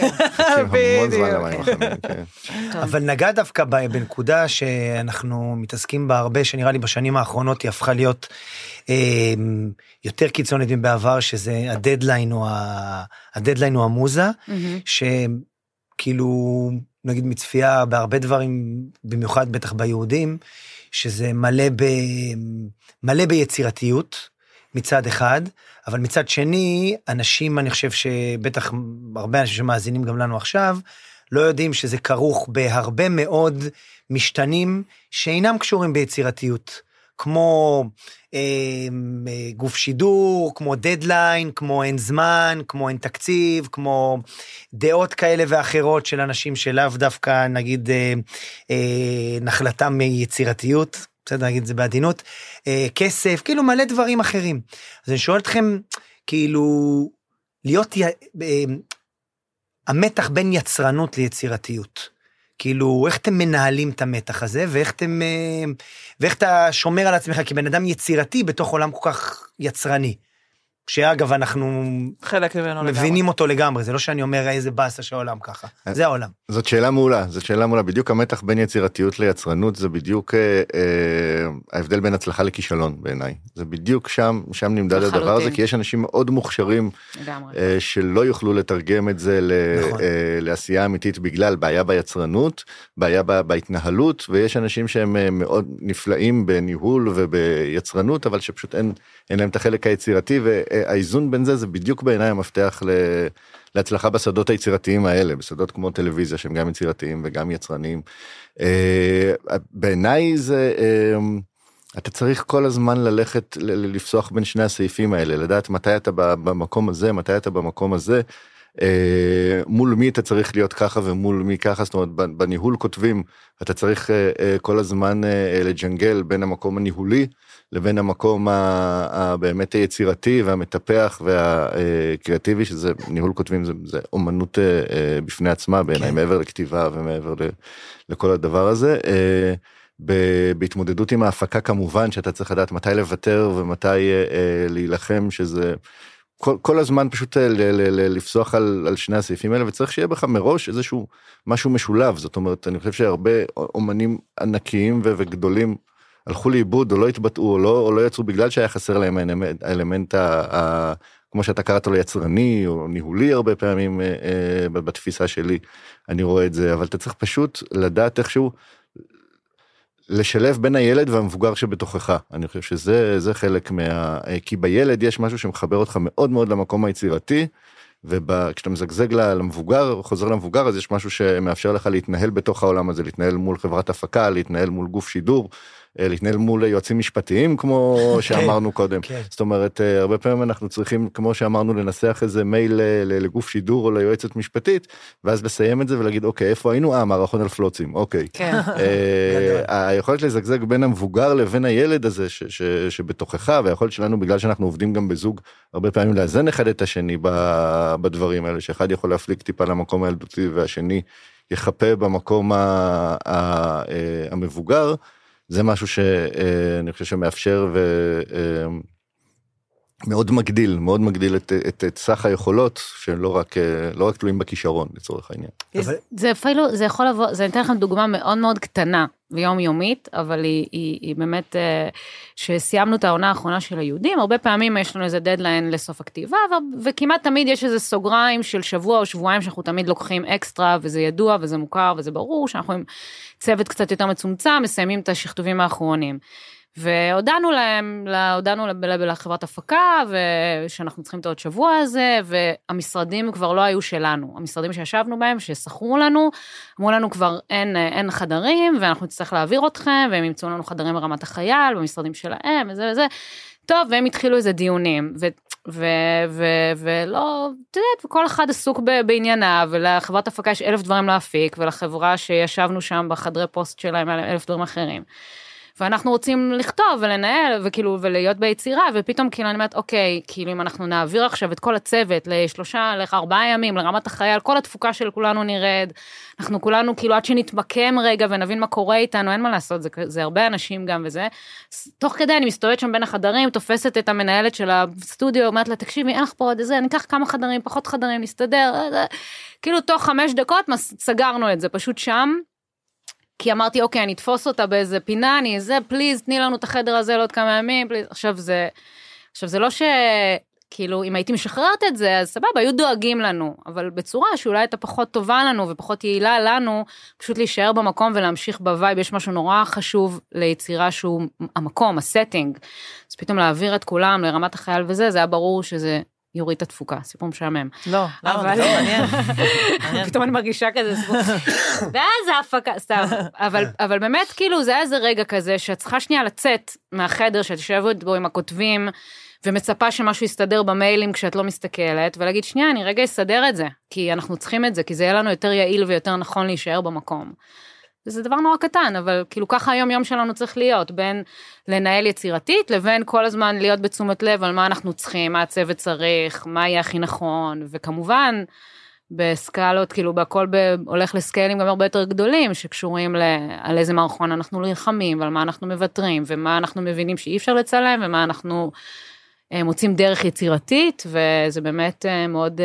אבל נגע דווקא בנקודה שאנחנו מתעסקים בה הרבה, שנראה לי בשנים האחרונות היא הפכה להיות יותר קיצונית מבעבר, שזה הדדליין או הדדליין או המוזה, שכאילו נגיד מצפייה בהרבה דברים, במיוחד בטח ביהודים, שזה מלא ב מלא ביצירתיות מצד אחד, אבל מצד שני, אנשים, אני חושב שבטח הרבה אנשים שמאזינים גם לנו עכשיו, לא יודעים שזה כרוך בהרבה מאוד משתנים שאינם קשורים ביצירתיות, כמו אה, גוף שידור, כמו דדליין, כמו אין זמן, כמו אין תקציב, כמו דעות כאלה ואחרות של אנשים שלאו דווקא, נגיד, אה, אה, נחלתם מיצירתיות, בסדר, נגיד זה בעדינות, אה, כסף, כאילו מלא דברים אחרים. אז אני שואל אתכם, כאילו, להיות, אה, המתח בין יצרנות ליצירתיות. כאילו, איך אתם מנהלים את המתח הזה, ואיך אתם, אה, ואיך אתה שומר על עצמך, כבן אדם יצירתי בתוך עולם כל כך יצרני. שאגב, אנחנו חלק ממנו מבינים אותו לגמרי, זה לא שאני אומר איזה באסה שהעולם ככה, זה העולם. זאת שאלה מעולה, זאת שאלה מעולה, בדיוק המתח בין יצירתיות ליצרנות, זה בדיוק אה, ההבדל בין הצלחה לכישלון בעיניי, זה בדיוק שם, שם נמדד הדבר הזה, כי יש אנשים מאוד מוכשרים, אה, שלא יוכלו לתרגם את זה ל, נכון. אה, לעשייה אמיתית, בגלל בעיה ביצרנות, בעיה בהתנהלות, ויש אנשים שהם מאוד נפלאים בניהול וביצרנות, אבל שפשוט אין, אין להם את החלק היצירתי, והאיזון בין זה, זה בדיוק בעיניי המפתח ל... להצלחה בשדות היצירתיים האלה, בשדות כמו טלוויזיה, שהם גם יצירתיים וגם יצרניים. בעיניי זה, אתה צריך כל הזמן ללכת, לפסוח בין שני הסעיפים האלה, לדעת מתי אתה במקום הזה, מתי אתה במקום הזה, מול מי אתה צריך להיות ככה ומול מי ככה, זאת אומרת, בניהול כותבים, אתה צריך כל הזמן לג'נגל בין המקום הניהולי, לבין המקום הבאמת היצירתי והמטפח והקריאטיבי, שזה ניהול כותבים, זה, זה אומנות בפני עצמה, בעיניי, כן. מעבר לכתיבה ומעבר לכל הדבר הזה. בהתמודדות עם ההפקה כמובן, שאתה צריך לדעת מתי לוותר ומתי להילחם, שזה כל, כל הזמן פשוט ל, ל, ל, לפסוח על, על שני הסעיפים האלה, וצריך שיהיה בך מראש איזשהו משהו משולב, זאת אומרת, אני חושב שהרבה אומנים ענקיים ו, וגדולים, הלכו לאיבוד, או לא התבטאו, או לא, או לא יצרו, בגלל שהיה חסר להם האלמנט, ה, ה, כמו שאתה קראת לו, יצרני, או ניהולי הרבה פעמים, אה, אה, בתפיסה שלי, אני רואה את זה, אבל אתה צריך פשוט לדעת איכשהו, לשלב בין הילד והמבוגר שבתוכך, אני חושב שזה זה חלק מה... כי בילד יש משהו שמחבר אותך מאוד מאוד למקום היצירתי, וכשאתה מזגזג למבוגר, חוזר למבוגר, אז יש משהו שמאפשר לך להתנהל בתוך העולם הזה, להתנהל מול חברת הפקה, להתנהל מול גוף שידור, להתנהל מול יועצים משפטיים, כמו שאמרנו קודם. זאת אומרת, הרבה פעמים אנחנו צריכים, כמו שאמרנו, לנסח איזה מייל לגוף שידור או ליועצת משפטית, ואז לסיים את זה ולהגיד, אוקיי, איפה היינו? אה, מערכון על פלוצים, אוקיי. היכולת לזגזג בין המבוגר לבין הילד הזה שבתוכך, והיכולת שלנו, בגלל שאנחנו עובדים גם בזוג, הרבה פעמים לאזן אחד את השני בדברים האלה, שאחד יכול להפליק טיפה למקום הילדותי, והשני יחפה במקום המבוגר, זה משהו שאני חושב שמאפשר ומאוד מגדיל, מאוד מגדיל את, את, את סך היכולות, שלא רק, לא רק תלויים בכישרון, לצורך העניין. זה אפילו, זה יכול לבוא, זה ניתן לכם דוגמה מאוד מאוד קטנה, ויומיומית, אבל היא, היא, היא באמת, שסיימנו את העונה האחרונה של היהודים, הרבה פעמים יש לנו איזה דדליין לסוף הכתיבה, וכמעט תמיד יש איזה סוגריים של שבוע או שבועיים, שאנחנו תמיד לוקחים אקסטרה, וזה ידוע, וזה מוכר, וזה ברור, שאנחנו עם צוות קצת יותר מצומצם, מסיימים את השכתובים האחרונים. והודענו להם, הודענו לחברת הפקה, ושאנחנו צריכים את עוד שבוע הזה, והמשרדים כבר לא היו שלנו. המשרדים שישבנו בהם, ששכרו לנו, אמרו לנו כבר אין, אין חדרים, ואנחנו נצטרך להעביר אתכם, והם ימצאו לנו חדרים ברמת החייל, במשרדים שלהם, וזה וזה. טוב, והם התחילו איזה דיונים, ו... ו... ו... ולא, אתה יודעת, וכל אחד עסוק בעניינה, ולחברת הפקה יש אלף דברים להפיק, ולחברה שישבנו שם בחדרי פוסט שלהם, אלף דברים אחרים. ואנחנו רוצים לכתוב ולנהל, וכאילו, ולהיות ביצירה, ופתאום כאילו אני אומרת, אוקיי, כאילו אם אנחנו נעביר עכשיו את כל הצוות, לשלושה, לארבעה ימים, לרמת החייל, כל התפוקה של כולנו נרד, אנחנו כולנו כאילו עד שנתמקם רגע, ונבין מה קורה איתנו, אין מה לעשות, זה, זה הרבה אנשים גם וזה, תוך כדי אני מסתובבת שם בין החדרים, תופסת את המנהלת של הסטודיו, אומרת לה, תקשיבי, אין לך פה עוד איזה, אני אקח כמה חדרים, פחות חדרים, נסתדר, כאילו תוך חמש דקות סגרנו את זה, פשוט שם, כי אמרתי, אוקיי, אני אתפוס אותה באיזה פינה, אני איזה, פליז, תני לנו את החדר הזה לעוד כמה ימים, פליז. עכשיו זה, עכשיו זה לא ש, כאילו, אם הייתי משחררת את זה, אז סבבה, היו דואגים לנו, אבל בצורה שאולי הייתה פחות טובה לנו, ופחות יעילה לנו, פשוט להישאר במקום ולהמשיך בווייב, יש משהו נורא חשוב ליצירה שהוא המקום, הסטינג, אז פתאום להעביר את כולם לרמת החייל וזה, זה היה ברור שזה יוריד את התפוקה, סיפור משעמם. לא, למה? זה מעניין. פתאום אני מרגישה כזה סיפור. ואז ההפקה, סתם. אבל באמת, כאילו, זה היה איזה רגע כזה, שאת צריכה שנייה לצאת מהחדר, שאת יושבת בו עם הכותבים, ומצפה שמשהו יסתדר במיילים כשאת לא מסתכלת, ולהגיד, שנייה, אני רגע אסדר את זה, כי אנחנו צריכים את זה, כי זה יהיה לנו יותר יעיל ויותר נכון להישאר במקום. זה דבר נורא קטן, אבל כאילו ככה היום יום שלנו צריך להיות, בין לנהל יצירתית, לבין כל הזמן להיות בתשומת לב על מה אנחנו צריכים, מה הצוות צריך, מה יהיה הכי נכון, וכמובן, בסקלות, כאילו בהכל ב- הולך לסקיילים גם הרבה יותר גדולים, שקשורים ל- על איזה מערכון אנחנו נלחמים, ועל מה אנחנו מבטרים, ומה אנחנו מבינים שאי אפשר לצלם, ומה אנחנו מוצאים דרך יצירתית, וזה באמת מאוד,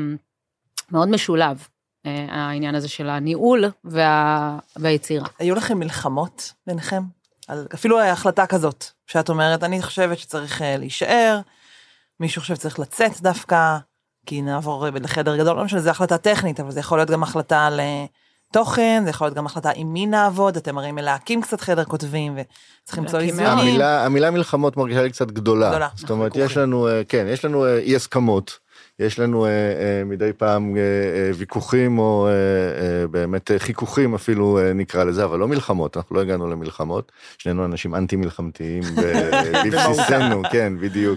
מאוד משולב, העניין הזה של הניהול וה, והיצירה. היו לכם מלחמות ביניכם? על, אפילו החלטה כזאת, שאת אומרת, אני חושבת שצריך להישאר, מישהו חושב שצריך לצאת דווקא, כי נעבור לחדר גדול, לא משנה, זו החלטה טכנית, אבל זה יכול להיות גם החלטה על תוכן, זה יכול להיות גם החלטה עם מי נעבוד, אתם הרי מלהקים קצת חדר כותבים, וצריכים למצוא איזונים. המילה, המילה מלחמות מרגישה לי קצת גדולה. גדולה. זאת אומרת, יש לנו, כן, יש לנו אי הסכמות, יש לנו מדי פעם ויכוחים, או באמת חיכוכים אפילו נקרא לזה, אבל לא מלחמות, אנחנו לא הגענו למלחמות, שנינו אנשים אנטי מלחמתיים בבסיסנו, כן, בדיוק.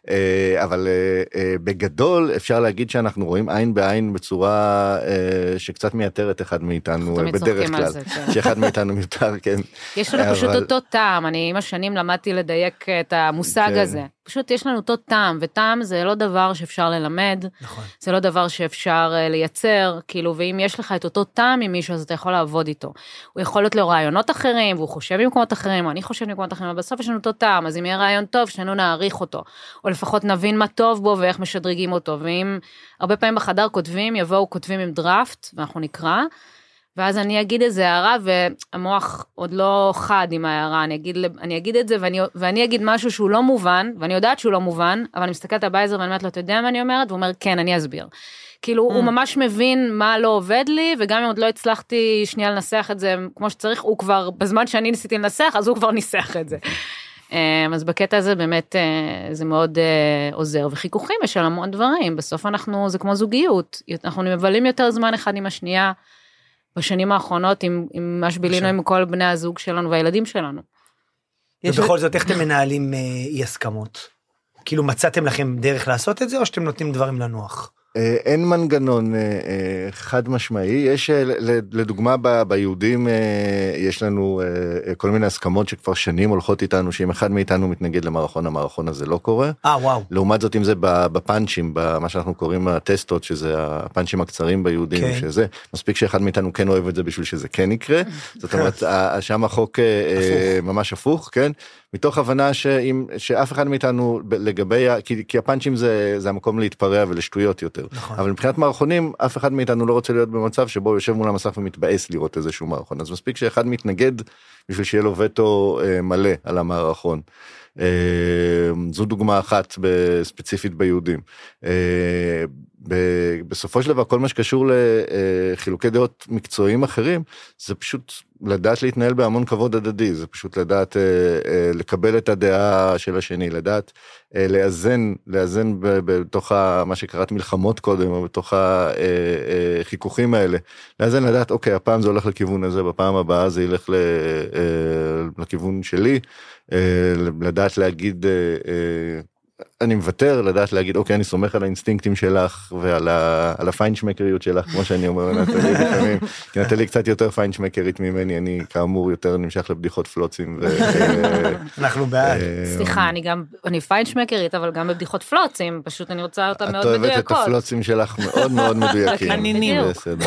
אבל בגדול אפשר להגיד שאנחנו רואים עין בעין בצורה שקצת מייתרת אחד מאיתנו בדרך כלל, שאחד מאיתנו מיותר, כן. יש לנו פשוט אותו טעם, אני עם השנים למדתי לדייק את המושג הזה, פשוט יש לנו אותו טעם, וטעם זה לא דבר שאפשר ללמד, זה לא דבר שאפשר לייצר, כאילו, ואם יש לך את אותו טעם עם מישהו, אז אתה יכול לעבוד איתו. הוא יכול להיות לו רעיונות אחרים, והוא חושב במקומות אחרים, או אני חושב במקומות אחרים, אבל בסוף יש לנו אותו טעם, אז אם יהיה רעיון טוב, שנינו נעריך אותו, או לפחות נבין מה טוב בו, ואיך משדרגים אותו, ואם הרבה פעמים בחדר כותבים, יבואו כותבים עם דראפט, ואנחנו נקרא, ואז אני אגיד איזה הערה, והמוח עוד לא חד עם ההערה, אני אגיד, אני אגיד את זה, ואני, ואני אגיד משהו שהוא לא מובן, ואני יודעת שהוא לא מובן, אבל אני מסתכלת על בייזר, ואני אומרת לו, אתה יודע מה אני אומרת? והוא אומר, כן, אני אסביר. כאילו, הוא ממש מבין מה לא עובד לי, וגם אם עוד לא הצלחתי שנייה לנסח את זה כמו שצריך, הוא כבר, בזמן שאני ניסיתי לנסח, אז הוא כבר ניסח את זה. אז בקטע הזה באמת זה מאוד עוזר, וחיכוכים יש על המון דברים, בסוף אנחנו, זה כמו זוגיות, אנחנו מבלים יותר זמן אחד עם השנייה, בשנים האחרונות, עם, עם מה שבילינו עם כל בני הזוג שלנו והילדים שלנו. ובכל זאת, איך אתם מנהלים אי הסכמות? כאילו מצאתם לכם דרך לעשות את זה, או שאתם נותנים דברים לנוח? אין מנגנון חד משמעי, יש לדוגמה ביהודים יש לנו כל מיני הסכמות שכבר שנים הולכות איתנו, שאם אחד מאיתנו מתנגד למערכון, המערכון הזה לא קורה. אה, וואו. לעומת זאת אם זה בפאנצ'ים, במה שאנחנו קוראים הטסטות, שזה הפאנצ'ים הקצרים ביהודים, שזה מספיק שאחד מאיתנו כן אוהב את זה בשביל שזה כן יקרה, זאת אומרת, שם החוק ממש הפוך, כן? מתוך הבנה שאם, שאף אחד מאיתנו לגבי, כי, כי הפאנצ'ים זה, זה המקום להתפרע ולשטויות יותר. נכון. אבל מבחינת מערכונים, אף אחד מאיתנו לא רוצה להיות במצב שבו יושב מול המסך ומתבאס לראות איזשהו מערכון. אז מספיק שאחד מתנגד בשביל שיהיה לו וטו אה, מלא על המערכון. אה, זו דוגמה אחת ספציפית ביהודים. אה, בסופו של דבר, כל מה שקשור לחילוקי דעות מקצועיים אחרים, זה פשוט לדעת להתנהל בהמון כבוד הדדי, זה פשוט לדעת לקבל את הדעה של השני, לדעת לאזן, לאזן בתוך מה שקראת מלחמות קודם, או בתוך החיכוכים האלה, לאזן לדעת, אוקיי, הפעם זה הולך לכיוון הזה, בפעם הבאה זה ילך לכיוון שלי, לדעת להגיד, אני מוותר, לדעת להגיד, אוקיי, אני סומך על האינסטינקטים שלך, ועל הפיינשמקריות שלך, כמו שאני אומר, נטלי לפעמים, כי נטלי קצת יותר פיינשמקרית ממני, אני כאמור יותר נמשך לבדיחות פלוצים. אנחנו בעד. סליחה, אני גם, אני פיינשמקרית, אבל גם בבדיחות פלוצים, פשוט אני רוצה אותה מאוד מדויקות. את אוהבת את הפלוצים שלך מאוד מאוד מדויקים. ענינים.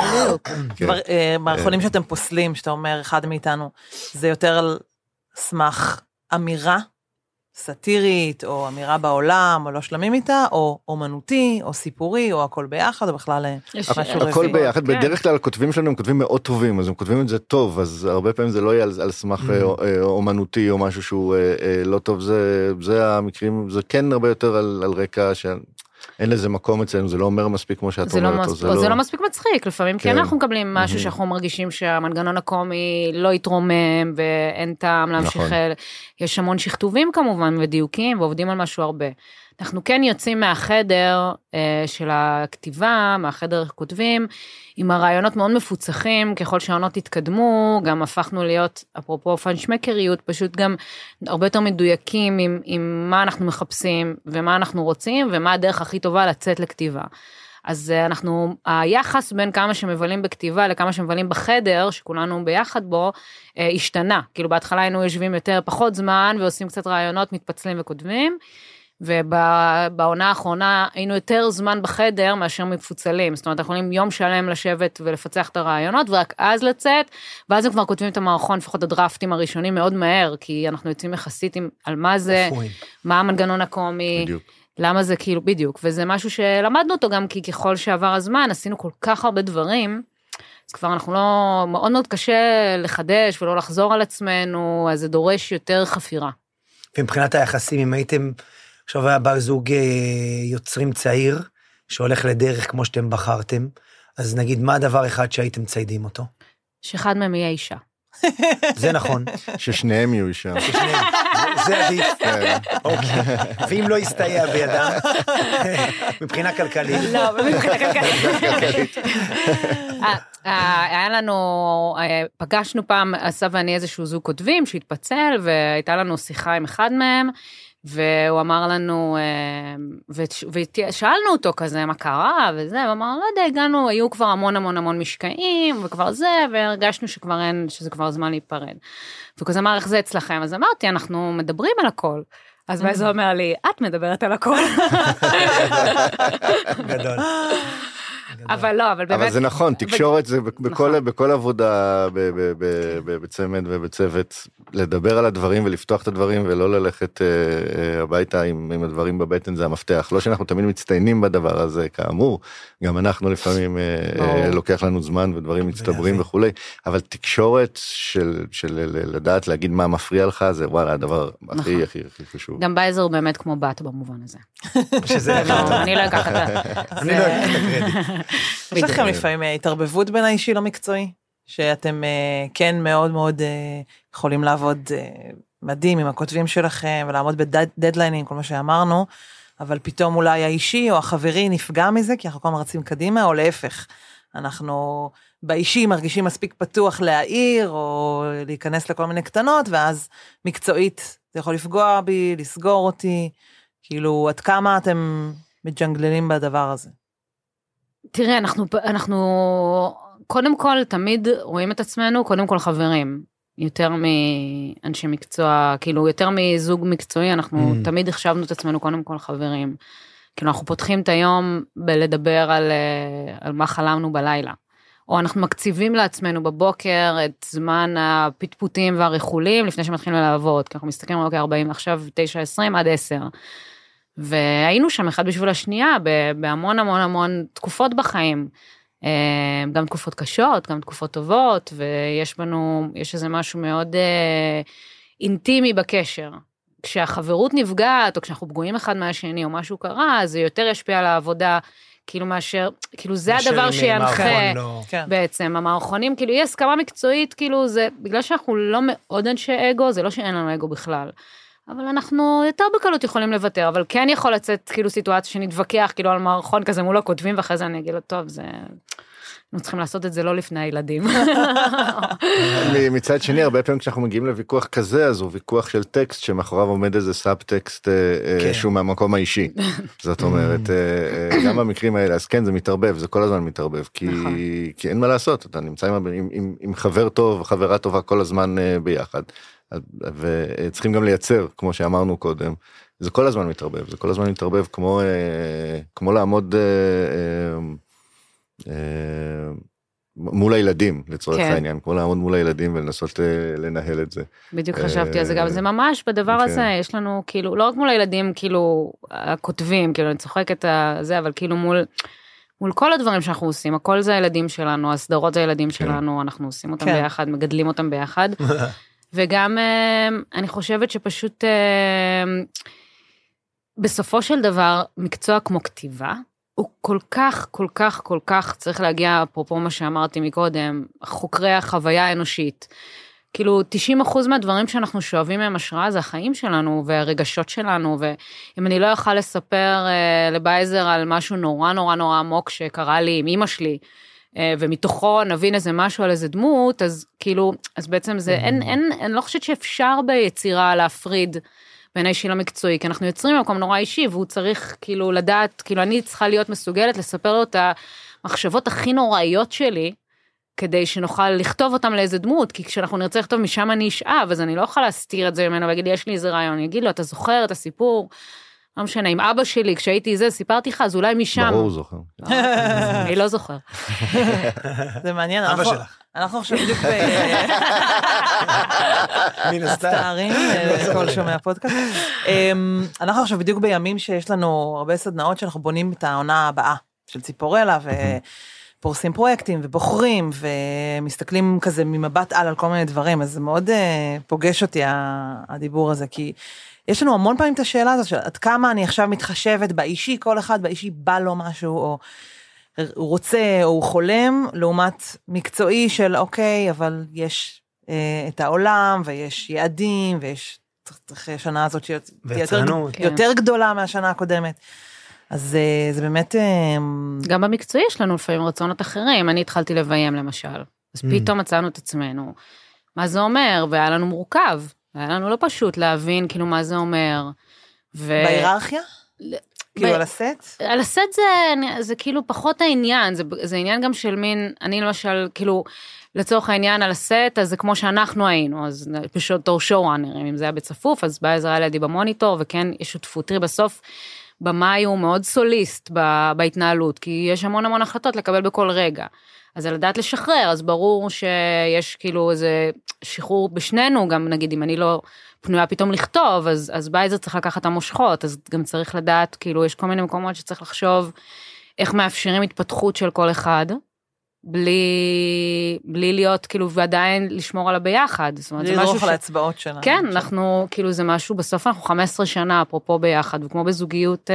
מערכונים שאתם פוסלים, שאתה אומר, אחד מאיתנו, זה יותר על סמך אמירה, סטירית, או אמירה בעולם, או לא שלמים איתה, או אומנותי, או סיפורי, או הכל ביחד, או בכלל משהו רביעי. הכל ביחד, בדרך כלל הכותבים שלנו הם כותבים מאוד טובים, אז הם כותבים את זה טוב, אז הרבה פעמים זה לא יהיה על סמך אומנותי, או משהו שהוא לא טוב, זה המקרים, זה כן הרבה יותר על רקע של... אין לזה מקום אצלנו, זה לא אומר מספיק כמו שאת אומרת. זה לא מספיק מצחיק, לפעמים כן אנחנו מקבלים משהו שאנחנו מרגישים שהמנגנון הקומי לא יתרומם, ואין טעם להמשיך, יש המון שכתובים כמובן, ודיוקים, ועובדים על משהו הרבה. אנחנו כן יוצאים מהחדר של הכתיבה, מהחדר כותבים, עם הרעיונות מאוד מפוצחים, ככל שהעונות התקדמו, גם הפכנו להיות, אפרופו פיינשמקריות, פשוט גם הרבה יותר מדויקים עם, עם מה אנחנו מחפשים, ומה אנחנו רוצים, ומה הדרך הכי טובה לצאת לכתיבה. אז אנחנו, היחס בין כמה שמבלים בכתיבה, לכמה שמבלים בחדר, שכולנו ביחד בו, השתנה. כאילו בהתחלה היינו יושבים יותר פחות זמן, ועושים קצת רעיונות, מתפצלים וכותבים, ובעונה האחרונה היינו יותר זמן בחדר מאשר מפוצלים, זאת אומרת, אנחנו יכולים יום שלם לשבת ולפצח את הרעיונות, ורק אז לצאת, ואז הם כבר כותבים את המערכון, לפחות הדרפטים הראשונים מאוד מהר, כי אנחנו יוצאים יחסית על מה זה, מה המנגנון הקומי, בדיוק. למה זה כאילו, בדיוק, וזה משהו שלמדנו אותו גם, כי ככל שעבר הזמן, עשינו כל כך הרבה דברים, אז כבר אנחנו לא, מאוד מאוד קשה לחדש ולא לחזור על עצמנו, אז זה דורש יותר חפירה. ומבחינת היחסים, אם הייתם, עכשיו היה בא זוג יוצרים צעיר, שהולך לדרך כמו שאתם בחרתם, אז נגיד, מה הדבר אחד שהייתם ציידים אותו? שאחד מהם יהיה אישה. זה נכון. ששניהם יהיו אישה. זה עדיף. אוקיי. ואם לא יסתייע בידם, מבחינה כלכלית. לא, מבחינה כלכלית. היה לנו, פגשנו פעם, עשה ואני איזשהו זוג כותבים שהתפצל, והייתה לנו שיחה עם אחד מהם, והוא אמר לנו, ושאלנו אותו כזה, מה קרה, וזה, הוא אמר, לא יודע, הגענו, היו כבר המון המון המון משקעים, וכבר זה, והרגשנו שכבר אין, שזה כבר זמן להיפרד. וכזה אמר, איך זה אצלכם? אז אמרתי, אנחנו מדברים על הכל. אז ואז הוא אומר לי, את מדברת על הכל. גדול. אבל לא, אבל באמת... אבל זה נכון, תקשורת זה בכל, בכל עבודה בצמד ובצוות, לדבר על הדברים ולפתוח את הדברים ולא ללכת הביתה עם הדברים בבטן, זה המפתח. לא שאנחנו תמיד מצטיינים בדבר הזה, כאמור, גם אנחנו לפעמים לוקח לנו זמן ודברים מצטברים וכולי, אבל תקשורת של לדעת להגיד מה מפריע לך, זה וואלה, הדבר הכי הכי הכי חשוב. גם בייזר הוא באמת כמו בת במובן הזה. שזה אני לא אקח את זה. אני לא אקח את הקרדיט. יש לכם לפעמים התערבבות בין האישי למקצועי, שאתם כן מאוד מאוד יכולים לעבוד מדהים עם הכותבים שלכם, ולעמוד בדדליינים, כל מה שאמרנו, אבל פתאום אולי האישי או החברי נפגע מזה, כי אנחנו כל רצים קדימה, או להפך. אנחנו באישי מרגישים מספיק פתוח להעיר, או להיכנס לכל מיני קטנות, ואז מקצועית זה יכול לפגוע בי, לסגור אותי, כאילו עד כמה אתם מג'נגללים בדבר הזה. תראה, אנחנו, אנחנו קודם כל תמיד רואים את עצמנו, קודם כל חברים, יותר מאנשי מקצוע, כאילו יותר מזוג מקצועי, אנחנו mm. תמיד החשבנו את עצמנו קודם כל חברים. כאילו אנחנו פותחים את היום בלדבר על, על מה חלמנו בלילה. או אנחנו מקציבים לעצמנו בבוקר את זמן הפטפוטים והריחולים, לפני שמתחילים לעבוד, כי אנחנו מסתכלים על אוקיי, ארבעים, עכשיו תשע עשרים עד עשר. והיינו שם אחד בשביל השנייה, בהמון המון המון תקופות בחיים, גם תקופות קשות, גם תקופות טובות, ויש בנו, יש איזה משהו מאוד אינטימי בקשר. כשהחברות נפגעת, או כשאנחנו פגועים אחד מהשני, או משהו קרה, זה יותר ישפיע על העבודה, כאילו מאשר, כאילו זה הדבר שינחה, בעצם, המערכונים, כאילו, יש הסכמה מקצועית, כאילו זה, בגלל שאנחנו לא מאוד אנשי אגו, זה לא שאין לנו אגו בכלל. אבל אנחנו יותר בקלות יכולים לוותר, אבל כן יכול לצאת כאילו סיטואציה שנתווכח כאילו על מערכון כזה מול הכותבים, ואחרי זה אני אגיד לו, טוב, זה... אנחנו צריכים לעשות את זה לא לפני הילדים. מצד שני, הרבה פעמים כשאנחנו מגיעים לוויכוח כזה, אז הוא ויכוח של טקסט, שמאחוריו עומד איזה סאב-טקסט שהוא מהמקום האישי. זאת אומרת, גם במקרים האלה, אז כן, זה מתערבב, זה כל הזמן מתערבב, כי אין מה לעשות, אתה נמצא עם חבר טוב, חברה טובה כל הזמן ביחד. וצריכים גם לייצר, כמו שאמרנו קודם, זה כל הזמן מתערבב, זה כל הזמן מתערבב כמו, כמו לעמוד מול הילדים, לצורך העניין, כמו לעמוד מול הילדים ולנסות לנהל את זה. בדיוק חשבתי על זה, גם זה ממש בדבר הזה, יש לנו כאילו, לא רק מול הילדים, כאילו, הכותבים, כאילו, אני צוחקת זה, אבל כאילו מול... מול כל הדברים שאנחנו עושים, הכל זה הילדים שלנו, הסדרות זה הילדים שלנו, אנחנו עושים אותם ביחד, מגדלים אותם ביחד. וגם אני חושבת שפשוט בסופו של דבר מקצוע כמו כתיבה הוא כל כך כל כך כל כך צריך להגיע אפרופו מה שאמרתי מקודם, חוקרי החוויה האנושית. כאילו תשעים אחוז מהדברים שאנחנו שואבים מהם השראה זה החיים שלנו והרגשות שלנו, ואם אני לא אוכל לספר לבייזר על משהו נורא נורא נורא עמוק שקרה לי עם אמא שלי, ומתוכו נבין איזה משהו על איזה דמות, אז כאילו, אז בעצם זה, אין, אין, אני לא חושבת שאפשר ביצירה להפריד בין האישי למקצועי, כי אנחנו יוצרים במקום נורא אישי, והוא צריך כאילו לדעת, כאילו אני צריכה להיות מסוגלת לספר לו את המחשבות הכי נוראיות שלי, כדי שנוכל לכתוב אותם לאיזה דמות, כי כשאנחנו נרצה לכתוב משם אני אשאב, אז אני לא יכולה להסתיר את זה ממנו, ויגיד לי, יש לי איזה רעיון, אני אגיד לו, אתה זוכר את הסיפור, לא משנה, עם אבא שלי, כשהייתי זה, סיפרתי לך, אז אולי משם. ברור זוכר. אני לא זוכר. זה מעניין. אבא שלך. אנחנו עכשיו בדיוק ב... מן הסתם. מצטערים, כל שומע פודקאסט. אנחנו עכשיו בדיוק בימים שיש לנו הרבה סדנאות שאנחנו בונים את העונה הבאה של ציפורלה, ופורסים פרויקטים ובוחרים, ומסתכלים כזה ממבט על על כל מיני דברים, אז זה מאוד פוגש אותי הדיבור הזה, כי יש לנו המון פעמים את השאלה הזאת, של עד כמה אני עכשיו מתחשבת באישי, כל אחד באישי בא לו משהו, או הוא רוצה, או הוא חולם, לעומת מקצועי של אוקיי, אבל יש אה, את העולם, ויש יעדים, ויש צריך שנה הזאת שתהיה יותר, יותר גדולה מהשנה הקודמת. אז אה, זה באמת... אה, גם במקצועי יש לנו לפעמים רצונות אחרים, אני התחלתי לביים למשל, אז פתאום מצאנו את עצמנו, מה זה אומר, והיה לנו מורכב, היה לנו לא פשוט להבין כאילו מה זה אומר. ו... בהיררכיה? כאילו ב... על הסט? על הסט זה, זה כאילו פחות העניין, זה, זה עניין גם של מין, אני למשל כאילו, לצורך העניין על הסט, אז זה כמו שאנחנו היינו, אז פשוט תור שואו-ראנרים, אם זה היה בצפוף, אז באה עזרה לידי במוניטור, וכן יש שותפות, תראי בסוף, במאי הוא מאוד סוליסט בהתנהלות, כי יש המון המון החלטות לקבל בכל רגע. אז על לדעת לשחרר, אז ברור שיש כאילו איזה שחרור בשנינו, גם נגיד אם אני לא פנויה פתאום לכתוב, אז, אז בייזר צריך לקחת את המושכות, אז גם צריך לדעת, כאילו יש כל מיני מקומות שצריך לחשוב איך מאפשרים התפתחות של כל אחד, בלי, בלי להיות כאילו ועדיין לשמור עליו ביחד. זאת אומרת, בלי לרוך על האצבעות שלנו. כן, אנחנו כאילו זה משהו, בסוף אנחנו חמש עשרה שנה, אפרופו ביחד, וכמו בזוגיות...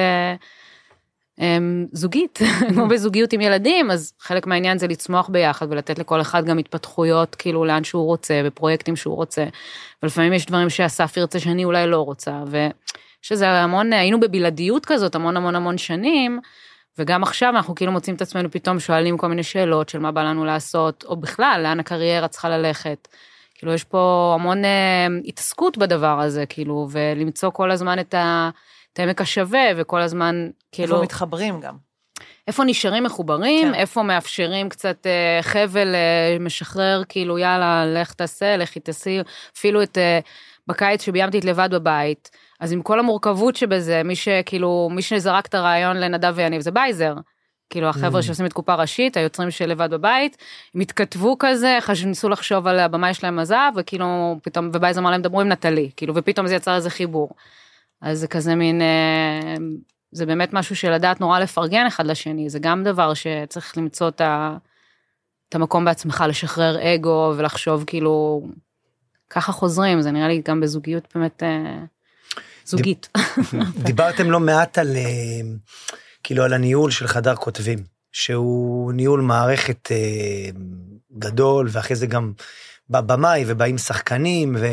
זוגית, כמו בזוגיות עם ילדים, אז חלק מהעניין זה לצמוח ביחד, ולתת לכל אחד גם התפתחויות, כאילו לאן שהוא רוצה, בפרויקטים שהוא רוצה, ולפעמים יש דברים שאסף ירצה שאני אולי לא רוצה, ושזה המון, היינו בבלעדיות כזאת, המון המון המון שנים, וגם עכשיו אנחנו כאילו מוצאים את עצמנו פתאום שואלים כל מיני שאלות, של מה בא לנו לעשות, או בכלל, לאן הקריירה צריכה ללכת, כאילו יש פה המון התעסקות בדבר הזה, כאילו, ולמצוא כל הזמן את ה... את העמק השווה, וכל הזמן, כאילו... איפה מתחברים גם. איפה נשארים מחוברים, כן. איפה מאפשרים קצת אה, חבל אה, משחרר, כאילו, יאללה, לך תעשה, לכי תעשי, אפילו את, אה, בקיץ שביימתי את לבד בבית, אז עם כל המורכבות שבזה, מי שכאילו, מי שזרק את הרעיון לנדב ויניב, זה בייזר. כאילו, החבר'ה mm. שעושים את קופה ראשית, היוצרים של לבד בבית, הם התכתבו כזה, ניסו לחשוב על הבמה שלהם עזב, וכאילו, פתאום, ובייזר אמר להם, דברו עם נטלי, כאילו, ופתאום זה יצר איזה חיבור. אז זה כזה מין, זה באמת משהו שלדעת נורא לפרגן אחד לשני, זה גם דבר שצריך למצוא את, ה, את המקום בעצמך, לשחרר אגו ולחשוב כאילו, ככה חוזרים, זה נראה לי גם בזוגיות באמת זוגית. דיברתם לא מעט על, כאילו על הניהול של חדר כותבים, שהוא ניהול מערכת גדול, ואחרי זה גם בבמאי ובאים שחקנים ו...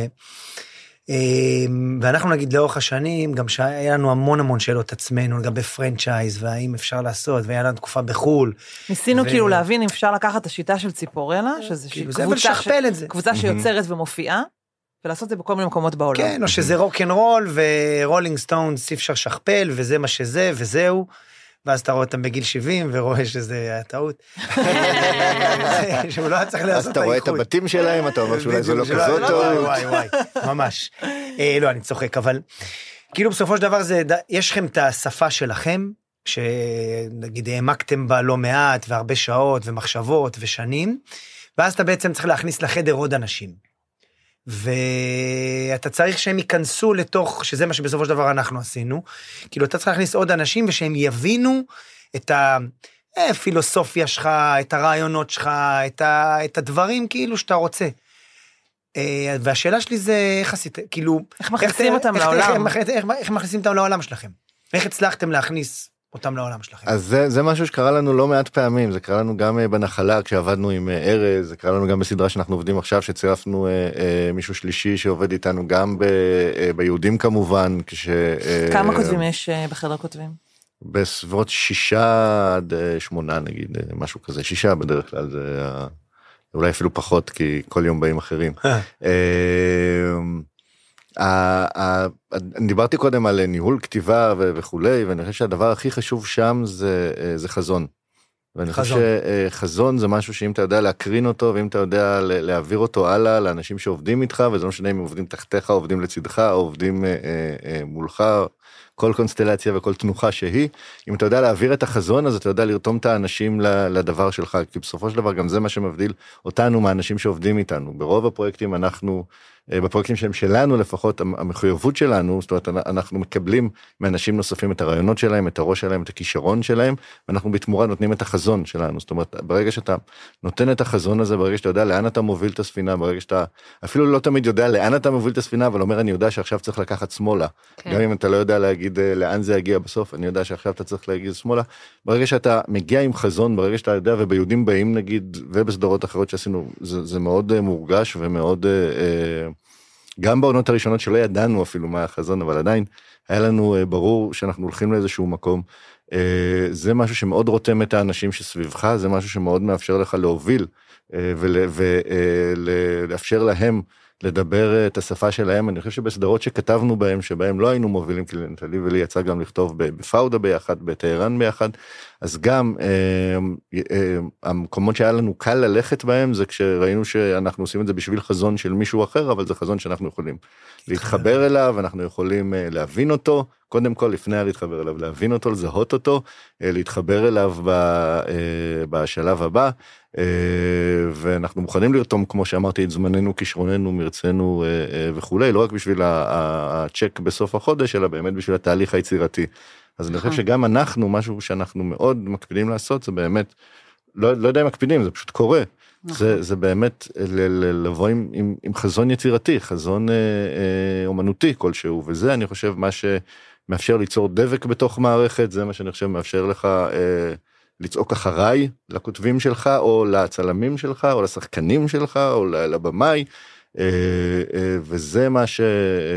ואנחנו נגיד לאורך השנים, גם שהיה לנו המון המון שאלות עצמנו, לגבי פרנצ'ייז, והאם אפשר לעשות, והיה לנו תקופה בחול. ניסינו כאילו להבין אם אפשר לקחת את השיטה של ציפורלה, שזה קבוצה שיוצרת ומופיעה, ולעשות את זה בכל מיני מקומות בעולם. כן, או שזה רוק אנד רול, ורולינג סטונס אי אפשר שכפל, וזה מה שזה, וזהו. ואז אתה רואה אותם בגיל שבעים, ורואה שזה היה טעות. שהוא לא צריך לעשות את האיחוד. אז אתה רואה את הבתים שלהם, אתה אומר שאולי זה לא כזאת טעות. וואי, וואי, ממש. לא, אני צוחק, אבל כאילו בסופו של דבר יש לכם את השפה שלכם, שנגיד העמקתם בה לא מעט, והרבה שעות, ומחשבות, ושנים, ואז אתה בעצם צריך להכניס לחדר עוד אנשים. ואתה צריך שהם ייכנסו לתוך, שזה מה שבסופו של דבר אנחנו עשינו, כאילו אתה צריך להכניס עוד אנשים, ושהם יבינו את הפילוסופיה שלך, את הרעיונות שלך, את, ה, את הדברים כאילו שאתה רוצה. והשאלה שלי זה, איך עשית, כאילו... איך מכניסים אותם לעולם? איך, איך, איך, איך מכניסים אותם לעולם שלכם? איך הצלחתם להכניס אותם לעולם שלכם? אז זה, זה משהו שקרה לנו לא מעט פעמים, זה קרה לנו גם בנחלה כשעבדנו עם ארז, זה קרה לנו גם בסדרה שאנחנו עובדים עכשיו, שצירפנו אה, אה, מישהו שלישי שעובד איתנו גם ב, אה, ביהודים כמובן. כש, אה, כמה כותבים יש אה, בחדר כותבים? בסביבות שישה עד שמונה נגיד, משהו כזה, שישה בדרך כלל, זה אולי אפילו פחות, כי כל יום באים אחרים. אני דיברתי קודם על ניהול כתיבה וכולי, ואני חושב שהדבר הכי חשוב שם זה חזון. ואני חושב שחזון זה משהו שאם אתה יודע להקרין אותו, ואם אתה יודע להעביר אותו הלאה לאנשים שעובדים איתך, וזה לא משנה אם עובדים תחתיך, עובדים לצדך, או עובדים מולך, כל קונסטלציה וכל תנוחה שהיא, אם אתה יודע להעביר את החזון, אז אתה יודע לרתום את האנשים לדבר שלך, כי בסופו של דבר גם זה מה שמבדיל אותנו מהאנשים שעובדים איתנו. ברוב הפרויקטים אנחנו, בפרויקטים שהם שלנו לפחות, המחויבות שלנו, זאת אומרת, אנחנו מקבלים מאנשים נוספים את הרעיונות שלהם, את הראש שלהם, את הכישרון שלהם, ואנחנו בתמורה נותנים את החזון שלנו. זאת אומרת, ברגע שאתה נותן את החזון הזה, ברגע שאתה יודע לאן אתה מוביל את הספינה, ברגע שאתה אפילו לא תמיד יודע לאן אתה מוביל את הספינה, אבל אומר, אני יודע שעכשיו צריך לקחת שמאלה. כן. גם אם אתה לא יודע להגיד לאן זה יגיע בסוף, אני יודע שעכשיו אתה צריך להגיד שמאלה. ברגע שאתה מגיע עם חזון, ברגע שאתה יודע, וביהודים באים נגיד, ובסדרות אחרות שעשינו, זה, זה מאוד מורגש ומאוד, גם בעונות הראשונות שלא ידענו אפילו מה החזון, אבל עדיין היה לנו ברור שאנחנו הולכים לאיזשהו מקום. זה משהו שמאוד רותם את האנשים שסביבך, זה משהו שמאוד מאפשר לך להוביל, ולאפשר להם לדבר את השפה שלהם. אני חושב שבסדרות שכתבנו בהם, שבהם לא היינו מובילים, כי לי ולי יצא גם לכתוב בפאודה ביחד, בטהרן ביחד, אז גם אה, אה, המקומות שהיה לנו קל ללכת בהם, זה כשראינו שאנחנו עושים את זה בשביל חזון של מישהו אחר, אבל זה חזון שאנחנו יכולים להתחבר אליו, אנחנו יכולים אה, להבין אותו, קודם כל לפני להתחבר אליו, להבין אותו, לזהות אותו, אה, להתחבר אליו ב, אה, בשלב הבא, ואנחנו מוכנים לרתום, כמו שאמרתי, את זמננו, כישרוננו, מרצנו וכולי, לא רק בשביל הצ'ק בסוף החודש, אלא באמת בשביל התהליך היצירתי. אז אני חושב שגם אנחנו, משהו שאנחנו מאוד מקפידים לעשות, זה באמת, לא, לא יודע אם מקפידים, זה פשוט קורה. זה, זה באמת לבוא עם, עם, עם חזון יצירתי, חזון אומנותי כלשהו, וזה אני חושב מה שמאפשר ליצור דבק בתוך מערכת, זה מה שאני חושב מאפשר לך לצעוק אחריי לכותבים שלך, או לצלמים שלך, או לשחקנים שלך, או לבמאי, וזה מה ש...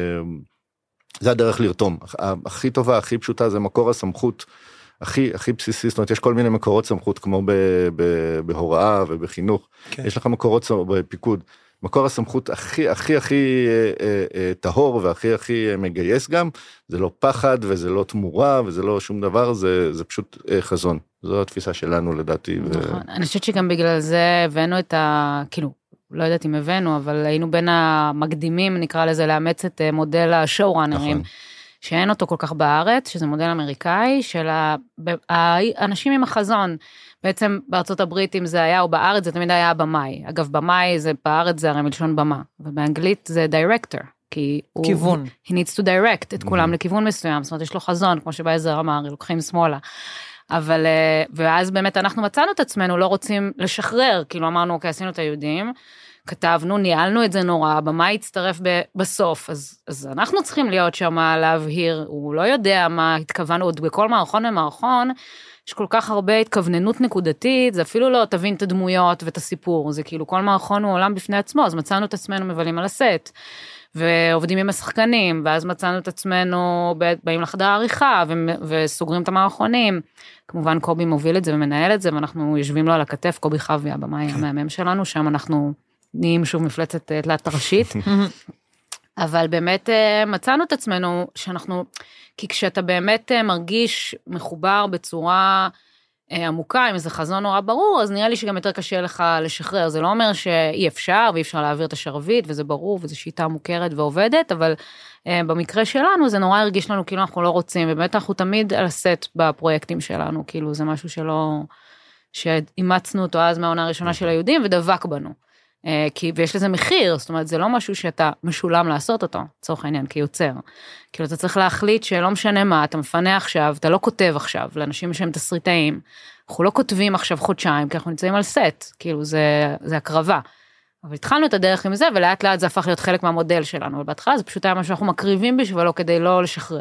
זה הדרך לרתום. הכי טובה, הכי פשוטה, זה מקור הסמכות הכי, הכי בסיסי, זאת אומרת, יש כל מיני מקורות סמכות, כמו ב, ב, בהוראה ובחינוך, כן. יש לך מקורות בפיקוד, מקור הסמכות הכי, הכי, הכי טהור, והכי, הכי מגייס גם, זה לא פחד, וזה לא תמורה, וזה לא שום דבר, זה, זה פשוט חזון. זו התפיסה שלנו, לדעתי. נכון. ו... אני חושבת שגם בגלל זה הבאנו את ה... כאילו, לא יודעת אם הבאנו, אבל היינו בין המקדימים, נקרא לזה, לאמץ את מודל השואו-ראנרים, נכון. שאין אותו כל כך בארץ, שזה מודל אמריקאי, של האנשים עם החזון, בעצם בארצות הברית, אם זה היה או בארץ, זה תמיד היה במאי. אגב, במאי זה בארץ, זה הרי מלשון במה, ובאנגלית זה דירקטור, כי הוא... כיוון. He needs to direct את כולם לכיוון מסוים, זאת אומרת, יש לו חזון, כמו שבעזר אמר, לוקחים שמאלה. אבל, ואז באמת אנחנו מצאנו את עצמנו, לא רוצים לשחרר, כאילו אמרנו, אוקיי, עשינו את היהודים, כתבנו, ניהלנו את זה נורא, במה יצטרף בסוף, אז, אז אנחנו צריכים להיות שם להבהיר, הוא לא יודע מה התכוונו, עוד בכל מערכון ומערכון, יש כל כך הרבה התכווננות נקודתית, זה אפילו לא תבין את הדמויות ואת הסיפור, זה כאילו כל מערכון הוא עולם בפני עצמו, אז מצאנו את עצמנו מבלים על הסט, ועובדים עם השחקנים, ואז מצאנו את עצמנו באים לחדר העריכה, וסוגרים את המערכונים, כמובן קובי מוביל את זה ומנהל את זה, ואנחנו יושבים לו על הכתף, קובי חווי, הבמאי המאמן שלנו, שם אנחנו נהיים שוב מפלצת תלת ראשית, אבל באמת מצאנו את עצמנו שאנחנו, כי כשאתה באמת מרגיש מחובר בצורה עמוקה, עם איזה חזון נורא ברור, אז נראה לי שגם יותר קשה לך לשחרר, זה לא אומר שאי אפשר, ואי אפשר להעביר את השרביט, וזה ברור, וזו שיטה מוכרת ועובדת, אבל במקרה שלנו זה נורא הרגיש לנו כאילו אנחנו לא רוצים, ובאמת אנחנו תמיד על הסט בפרויקטים שלנו, כאילו זה משהו שלא, שאימצנו אותו אז מהעונה הראשונה של היהודים, ודבק בנו. כי, ויש לזה מחיר, זאת אומרת, זה לא משהו שאתה משולם לעשות אותו, צורך העניין, כיוצר. כאילו, אתה צריך להחליט שלא משנה מה, אתה מפנה עכשיו, אתה לא כותב עכשיו, לאנשים שהם תסריטאים, אנחנו לא כותבים עכשיו חודשיים, כי אנחנו נמצאים על סט, כאילו, זה, זה הקרבה. אבל התחלנו את הדרך עם זה, ולאט לאט זה הפך להיות חלק מהמודל שלנו, אבל בהתחלה זה פשוט היה מה שאנחנו מקריבים בשבילו, כדי לא לשחרר.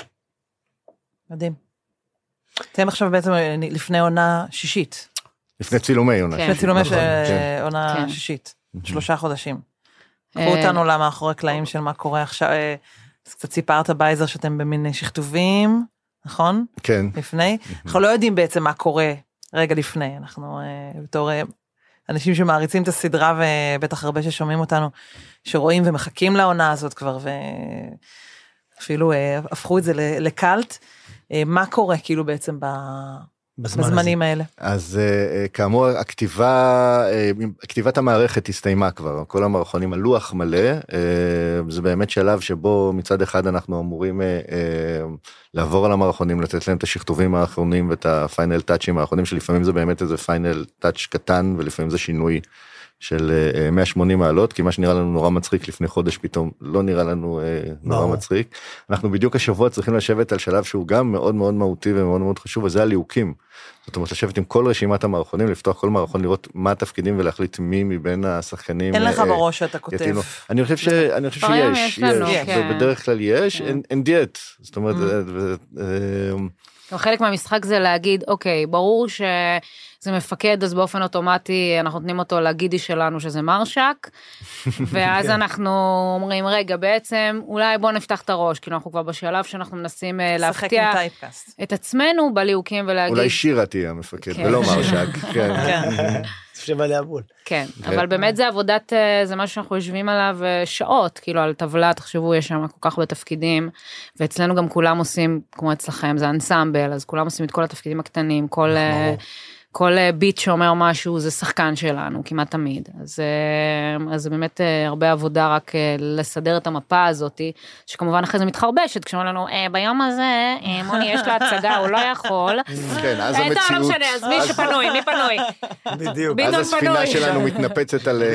מדהים. אתם עכשיו בעצם לפני עונה שישית. לפני צילומי עונה שישית. לפני צילומי עונה שישית. שלושה חודשים. קחו אותנו למאחורי קלעים של מה קורה עכשיו. אז קצת סיפרת בייזר שאתם במין שכתובים, נכון? כן. לפני. אנחנו לא יודעים בעצם מה קורה רגע לפני. אנחנו בתור אנשים שמעריצים את הסדרה, ובטח הרבה ששומעים אותנו, שרואים ומחכים לעונה הזאת כבר, ואפילו הפכו את זה לקלט. מה קורה כאילו בעצם בזמנים האלה. אז כאמור, הכתיבה, כתיבת המערכת הסתיימה כבר, כל המערכונים על לוח מלא, זה באמת שלב שבו מצד אחד אנחנו אמורים לעבור על המערכונים, לתת להם את השכתובים האחרונים ואת הפיינל טאצ'ים האחרונים, שלפעמים זה באמת איזה פיינל טאצ' קטן, ולפעמים זה שינוי של מאה ושמונים מעלות, כי מה שנראה לנו נורא מצחיק לפני חודש פתאום לא נראה לנו נורא מצחיק. אנחנו בדיוק השבוע צריכים לשבת על שלב שהוא גם מאוד מאוד מהותי ומאוד מאוד חשוב, וזה הליהוקים. זאת אומרת, לשבת עם כל רשימת המערכונים, לפתוח כל מערכון, לראות מה התפקידים ולהחליט מי מבין השחקנים. אין לך בראש שאתה כותב. אני חושב שיש, ובדרך כלל יש, אין דיאט. זאת אומרת, חלק מהמשחק זה להגיד, אוקיי, ברור שזה מפקד, אז באופן אוטומטי אנחנו נותנים אותו לגידי שלנו שזה מרשק, ואז אנחנו אומרים, רגע, בעצם אולי בוא נפתח את הראש, כאילו אנחנו כבר בשלב שאנחנו מנסים להפתיע את עצמנו בליהוקים ולהגיד... אולי שירה תהיה המפקד, ולא מרשק. כן. כן, אבל באמת זה עבודת, זה משהו שאנחנו יושבים עליו שעות, כאילו על טבלה, תחשבו, יש שם כל כך בתפקידים, ואצלנו גם כולם עושים, כמו אצלכם, זה אנסמבל, אז כולם עושים את כל התפקידים הקטנים, כל... כל ביט שאומר משהו זה שחקן שלנו, כמעט תמיד. אז, אז זה באמת הרבה עבודה רק לסדר את המפה הזאת, שכמובן אחרי זה מתחרבשת, כשאומרים לנו, אה, ביום הזה, מוני יש לה הצגה, הוא לא יכול. כן, אז המציאות... לא משנה, אז מי שפנוי, מי פנוי? בדיוק. אז הספינה שלנו מתנפצת על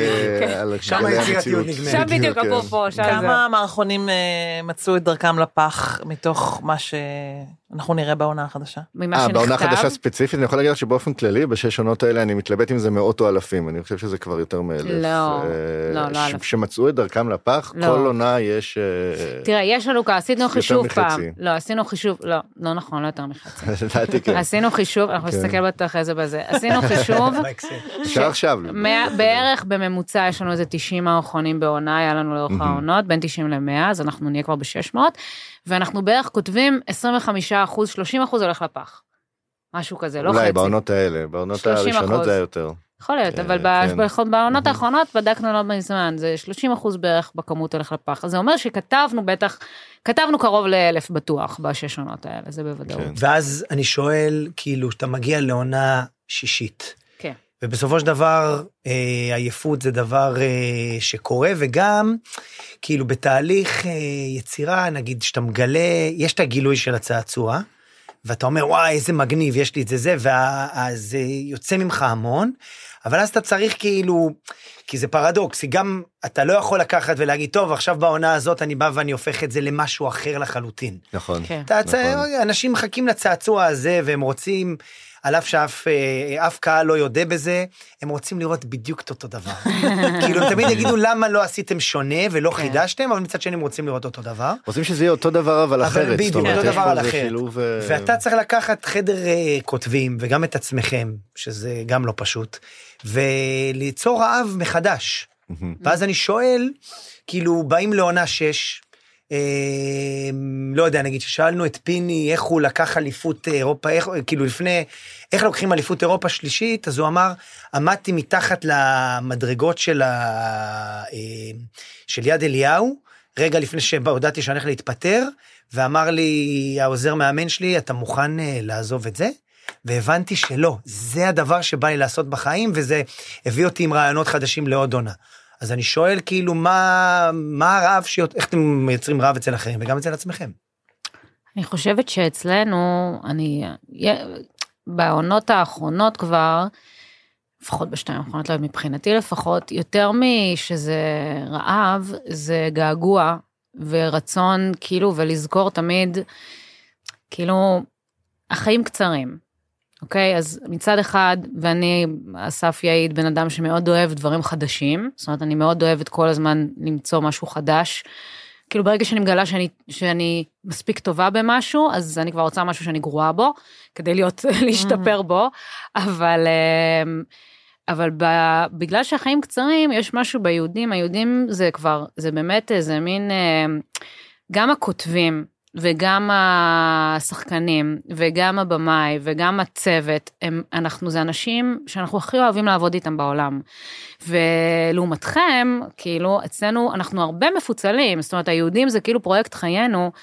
גלי המציאות. שם בדיוק, אפרופו. כמה מערכונים מצאו את דרכם לפח, מתוך מה שאנחנו נראה בעונה החדשה? ממה שנכתב? בעונה החדשה ספציפית, אני יכול להגיד לך שבאופן כללי, בשש עונות האלה אני מתלבט עם זה מאות או אלפים, אני חושב שזה כבר יותר מאלף. לא, לא, לא אלף. שמצאו את דרכם לפח, כל עונה יש... תראה, יש לנו, עשינו חישוב פעם. לא, עשינו חישוב, לא, לא נכון, לא יותר מחצי. עשינו חישוב, אנחנו נסתכל בטח איזה בזה, עשינו חישוב. אפשר עכשיו. בערך בממוצע יש לנו איזה תשעים מערכונים בעונה, היה לנו לאורך העונות, בין תשעים למאה, אז אנחנו נהיה כבר ב-שש מאות, ואנחנו בערך כותבים עשרים וחמישה אחוז, שלושים אחוז הולך לפח. משהו כזה, לא חצי. אולי בעונות האלה, בעונות הראשונות זה היה יותר. יכול להיות, אבל בעונות האחרונות בדקנו לא מזמן, זה שלושים אחוז בערך בכמות הולך לפח. אז זה אומר שכתבנו בטח, כתבנו קרוב לאלף בטוח בשש עונות האלה, זה בוודאות. ואז אני שואל, כאילו, שאתה מגיע לעונה שישית. כן. ובסופו של דבר, עייפות זה דבר שקורה, וגם, כאילו, בתהליך יצירה, נגיד, שאתה מגלה, יש את הגילוי של הצעצוע, ואתה אומר, וואי, איזה מגניב, יש לי את זה זה, ואז יוצא ממך המון, אבל אז אתה צריך כאילו, כי זה פרדוקס, גם אתה לא יכול לקחת ולהגיד, טוב, עכשיו בעונה הזאת אני בא ואני הופך את זה למשהו אחר לחלוטין. נכון. אנשים מחכים לצעצוע הזה, והם רוצים, על אף שאף אף קהל לא יודע בזה, הם רוצים לראות בדיוק את אותו דבר. כאילו, הם תמיד יגידו למה לא עשיתם שונה ולא חידשתם, אבל מצד שני הם רוצים לראות אותו דבר. רוצים שזה יהיה אותו דבר אבל אחרת. אבל בדיוק, אותו דבר על אחרת. ואתה צריך לקחת חדר כותבים, וגם את עצמכם, שזה גם לא פשוט, וליצור רעב מחדש. ואז אני שואל, כאילו, באים לעונה שש, לא יודע, נגיד ששאלנו את פיני איך הוא לקח אליפות אירופה, כאילו לפני, איך לוקחים אליפות אירופה שלישית, אז הוא אמר, עמדתי מתחת למדרגות של יד אליהו, רגע לפני שהודעתי שאני הולך להתפטר, ואמר לי, העוזר מאמן שלי, אתה מוכן לעזוב את זה? והבנתי שלא, זה הדבר שבא לי לעשות בחיים, וזה הביא אותי עם רעיונות חדשים לעוד עונה. אז אני שואל כאילו, מה, מה הרעב, שיות, איך אתם מייצרים רעב אצל אחרים, וגם אצל עצמכם? אני חושבת שאצלנו, אני, בעונות האחרונות כבר, לפחות בשתיים האחרונות, מבחינתי לפחות, יותר משזה רעב, זה געגוע ורצון, כאילו, ולזכור תמיד, כאילו, החיים קצרים. אוקיי, אז מצד אחד, ואני, אסף יעיד, בן אדם שמאוד אוהב דברים חדשים, זאת אומרת, אני מאוד אוהבת כל הזמן למצוא משהו חדש, כאילו ברגע שאני מגלה שאני, שאני מספיק טובה במשהו, אז אני כבר רוצה משהו שאני גרועה בו, כדי להיות, להשתפר בו, אבל, אבל בגלל שהחיים קצרים, יש משהו ביהודים, היהודים זה כבר, זה באמת איזה מין, גם הכותבים, וגם השחקנים, וגם הבמאי, וגם הצוות, הם, אנחנו, זה אנשים שאנחנו הכי אוהבים לעבוד איתם בעולם. ולעומתכם, כאילו, אצלנו אנחנו הרבה מפוצלים, זאת אומרת, היהודים זה כאילו פרויקט חיינו,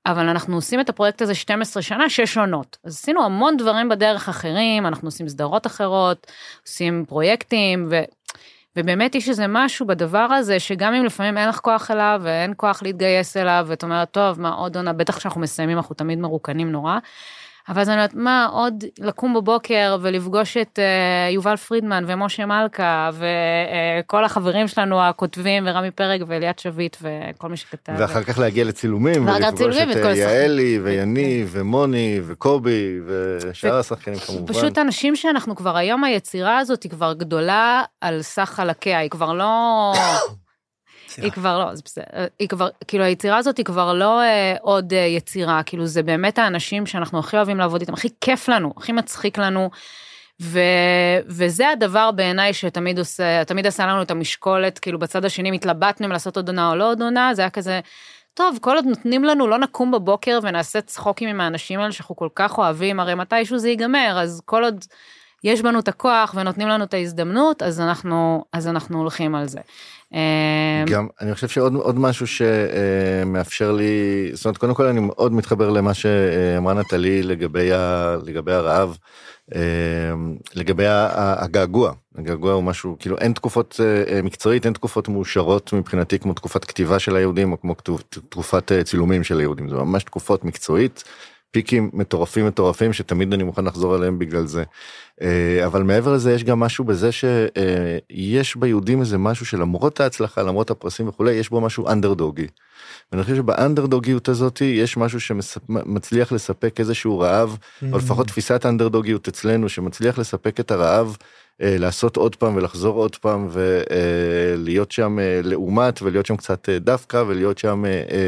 אבל אנחנו עושים את הפרויקט הזה שתים עשרה שנה, שש עונות. אז עשינו המון דברים בדרך אחרים, אנחנו עושים סדרות אחרות, עושים פרויקטים, ו... ובאמת יש איזה משהו בדבר הזה, שגם אם לפעמים אין לך כוח אליו, ואין כוח להתגייס אליו, ואת אומרת, טוב, מה עוד עונה, בטח כשאנחנו מסיימים, אנחנו תמיד מרוקנים נורא, אבל אז אני אומרת, מה עוד לקום בבוקר, ולפגוש את uh, יובל פרידמן, ומשה מלכה, וכל uh, החברים שלנו, הכותבים, ורמי פרק, ואליית שביט, וכל מי שכתב. ואחר כך להגיע לצילומים, ולפגוש את יעלי, ויני, ומוני, וקובי, ושאר השחקנים כמובן. פשוט אנשים שאנחנו כבר, היום היצירה הזאת, היא כבר גדולה על סך חלקיה, היא כבר לא... היא כבר לא, זה בסדר, היא כבר, כאילו היצירה הזאת היא כבר לא אה, עוד אה, יצירה, כאילו זה באמת האנשים שאנחנו הכי אוהבים לעבוד איתם, הכי כיף לנו, הכי מצחיק לנו, ו, וזה הדבר בעיניי שתמיד עושה, תמיד עשה לנו את המשקולת, כאילו בצד השני מתלבטנו אם לעשות עוד עונה או לא עוד עונה, זה היה כזה, טוב, כל עוד נותנים לנו, לא נקום בבוקר ונעשה צחוקים עם האנשים האלה שאנחנו כל כך אוהבים, הרי מתישהו זה ייגמר, אז כל עוד יש בנו את הכוח ונותנים לנו את ההזדמנות, אז אנחנו, אז אנחנו הולכים על זה. גם, אני חושב שעוד עוד משהו שמאפשר לי, זאת אומרת, קודם כל אני מאוד מתחבר למה שאמרה נטלי לגבי, ה, לגבי הרעב, לגבי הגעגוע. הגעגוע הוא משהו, כאילו אין תקופות מקצועית, אין תקופות מאושרות מבחינתי כמו תקופת כתיבה של היהודים, או כמו תקופת צילומים של היהודים. זה ממש תקופות מקצועית, פיקים מטורפים מטורפים שתמיד אני מוכן לחזור עליהם בגלל זה. אבל מעבר לזה יש גם משהו בזה שיש ביהודים איזה משהו שלמרות ההצלחה, למרות הפרסים וכולי, יש בו משהו אנדרדוגי. ואני חושב שבאנדרדוגיות הזאת יש משהו שמצליח לספק איזשהו רעב, או לפחות תפיסת האנדרדוגיות אצלנו שמצליח לספק את הרעב, לעשות עוד פעם ולחזור עוד פעם ולהיות שם לעומת ולהיות שם קצת דווקא ולהיות שם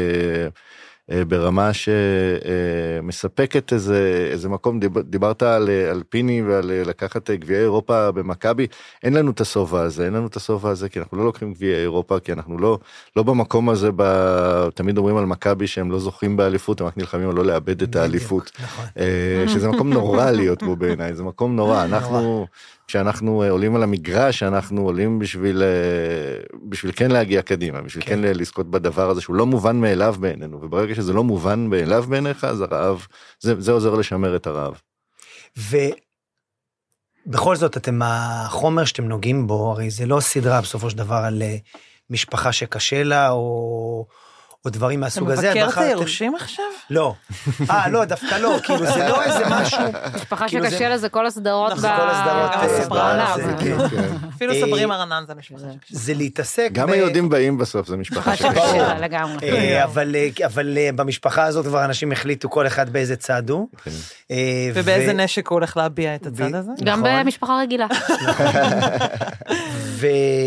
ברמה שמספקת איזה, איזה מקום, דיברת על, על פיני ועל לקחת גביעי אירופה במכבי, אין לנו את הסובה הזה, אין לנו את הסובה הזה, כי אנחנו לא לוקחים גביעי אירופה, כי אנחנו לא, לא במקום הזה, ב, תמיד אומרים על מכבי שהם לא זוכים באליפות, הם רק נלחמים על לא לאבד את האליפות, שזה מקום נורא להיות בו בעיניי, זה מקום נורא, אנחנו... כשאנחנו עולים על המגרש, אנחנו עולים בשביל, בשביל כן להגיע קדימה, בשביל כן, כן לזכות בדבר הזה, שהוא לא מובן מאליו בעינינו, וברגע שזה לא מובן מאליו בעיניך, אז הרעב, זה, זה עוזר לשמר את הרעב. ובכל זאת, אתם, החומר שאתם נוגעים בו, הרי זה לא סדרה בסופו של דבר על משפחה שקשה לה, או... או דברים מהסוג הזה. אתה מבקר את הירושים עכשיו? לא. אה, לא, דווקא לא, כאילו זה לא איזה משהו. משפחה שקשה לה זה כל הסדרות. זה כל הסדרות. אפילו סברים הרנן זה משפחה שקשה. זה להתעסק. גם היהודים באים בסוף, זה משפחה שקשה לה לגמרי. אבל במשפחה הזאת כבר אנשים החליטו כל אחד באיזה צד הוא. ובאיזה נשק הוא הולך להביע את הצד הזה? גם במשפחה רגילה. ו...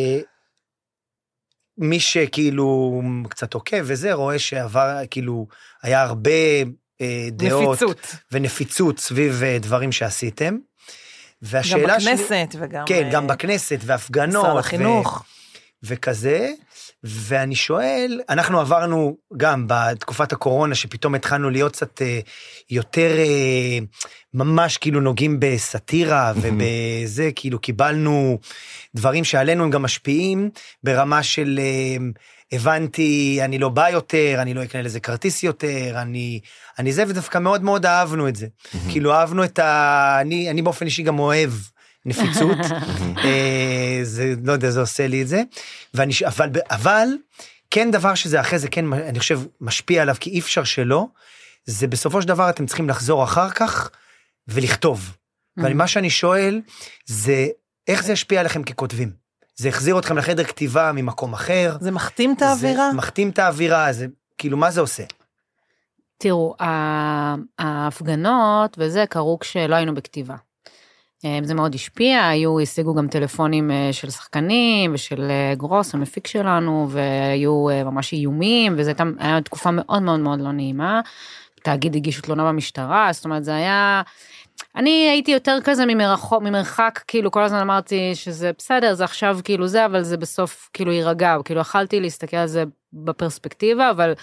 מי שכאילו קצת עוקב וזה, רואה שעבר, כאילו, היה הרבה אה, דעות. נפיצות. ונפיצות סביב אה, דברים שעשיתם. והשאלה גם בכנסת שלי, וגם... כן, גם בכנסת, והפגנות. משרד החינוך. ו, וכזה. ואני שואל, אנחנו עברנו גם בתקופת הקורונה, שפתאום התחלנו להיות קצת אה, יותר, אה, ממש כאילו נוגעים בסטירה, ובזה כאילו קיבלנו דברים שעלינו הם גם משפיעים, ברמה של אה, הבנתי, אני לא בא יותר, אני לא אקנה לזה כרטיס יותר, אני, אני זה, ודווקא מאוד מאוד אהבנו את זה. כאילו אהבנו את ה... אני, אני באופן אישי גם אוהב, נפיצות, זה, לא יודע, זה עושה לי את זה, ואני, אבל, אבל, כן דבר שזה אחרי זה, כן, אני חושב, משפיע עליו, כי אי אפשר שלא, זה בסופו של דבר, אתם צריכים לחזור אחר כך, ולכתוב, ומה שאני שואל, זה, איך זה השפיע עליכם ככותבים? זה החזיר אתכם לחדר כתיבה ממקום אחר? זה מחתים את האווירה? זה מחתים את האווירה, זה, כאילו, מה זה עושה? תראו, ההפגנות, וזה קרו כשלא היינו בכתיבה. זה מאוד השפיע, היו, השיגו גם טלפונים של שחקנים ושל גרוס, המפיק שלנו, והיו ממש איומים, וזו הייתה תקופה מאוד מאוד מאוד לא נעימה. תאגיד הגישו תלונה במשטרה, זאת אומרת, זה היה... אני הייתי יותר כזה ממרחק, ממרחק, כאילו כל הזמן אמרתי שזה בסדר, זה עכשיו כאילו זה, אבל זה בסוף כאילו יירגע, כאילו יכלתי להסתכל על זה בפרספקטיבה, אבל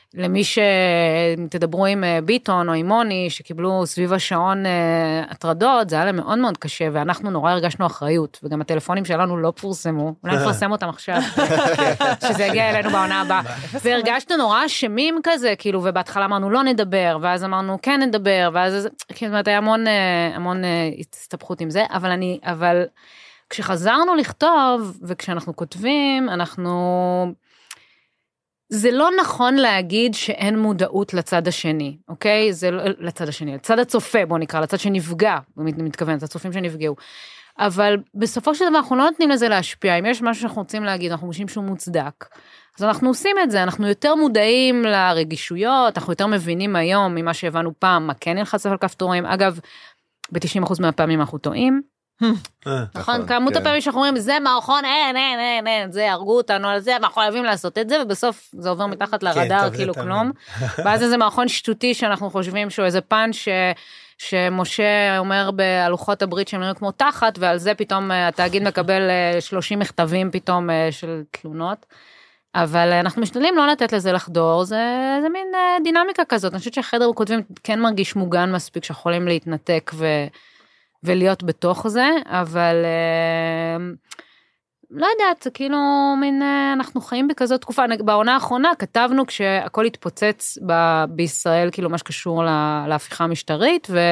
למי שתדברו עם ביטון או עם מוני, שקיבלו סביב השעון הטרדות, זה היה להם מאוד מאוד קשה, ואנחנו נורא הרגשנו אחריות, וגם הטלפונים שלנו לא פורסמו, אולי נפרסם אותם עכשיו, שזה יגיע אלינו בעונה הבאה, והרגשנו נורא אשמים כזה, כאילו, ובהתחלה אמרנו לא נדבר, ואז אמרנו כן נדבר, ואז, כאילו, היה המון, המון הסתבכות עם זה, אבל אני, אבל כשחזרנו לכתוב, וכשאנחנו כותבים, אנחנו... זה לא נכון להגיד שאין מודעות לצד השני, אוקיי? זה לא, לצד השני, לצד הצופה, בוא נקרא, לצד שנפגע, מתכוון, הצופים שנפגעו. אבל בסופו של דבר אנחנו לא נותנים לזה להשפיע, אם יש משהו שאנחנו רוצים להגיד, אנחנו חושבים שהוא מוצדק, אז אנחנו עושים את זה, אנחנו יותר מודעים לרגישויות, אנחנו יותר מבינים היום ממה שהבנו פעם, מה כן ילחץ על כפתורים, אגב, ב-תשעים אחוז מהפעמים אנחנו טועים, נכון, כמות הפעמים שאנחנו אומרים, זה מערכון, אין, אין, אין, אין, זה, הרגו אותנו על זה, אנחנו חייבים לעשות את זה, ובסוף זה עובר מתחת לרדאר, כאילו כלום, ואז איזה מערכון שטותי שאנחנו חושבים שהוא איזה פאנץ' שמשה אומר בהלוחות הברית שהם נראים כמו תחת, ועל זה פתאום התאגיד מקבל שלושים מכתבים פתאום של תלונות, אבל אנחנו משתדלים לא לתת לזה לחדור, זה, זה מין דינמיקה כזאת, אני חושבת שהחדר כותבים כן מרגיש מוגן מספיק, שיכולים להתנתק ו... ולהיות בתוך זה, אבל לא יודעת, כאילו, מין, אנחנו חיים בכזאת תקופה, בעונה האחרונה כתבנו כשהכל התפוצץ ב- בישראל, כאילו מה שקשור לה, להפיכה המשטרית, ו,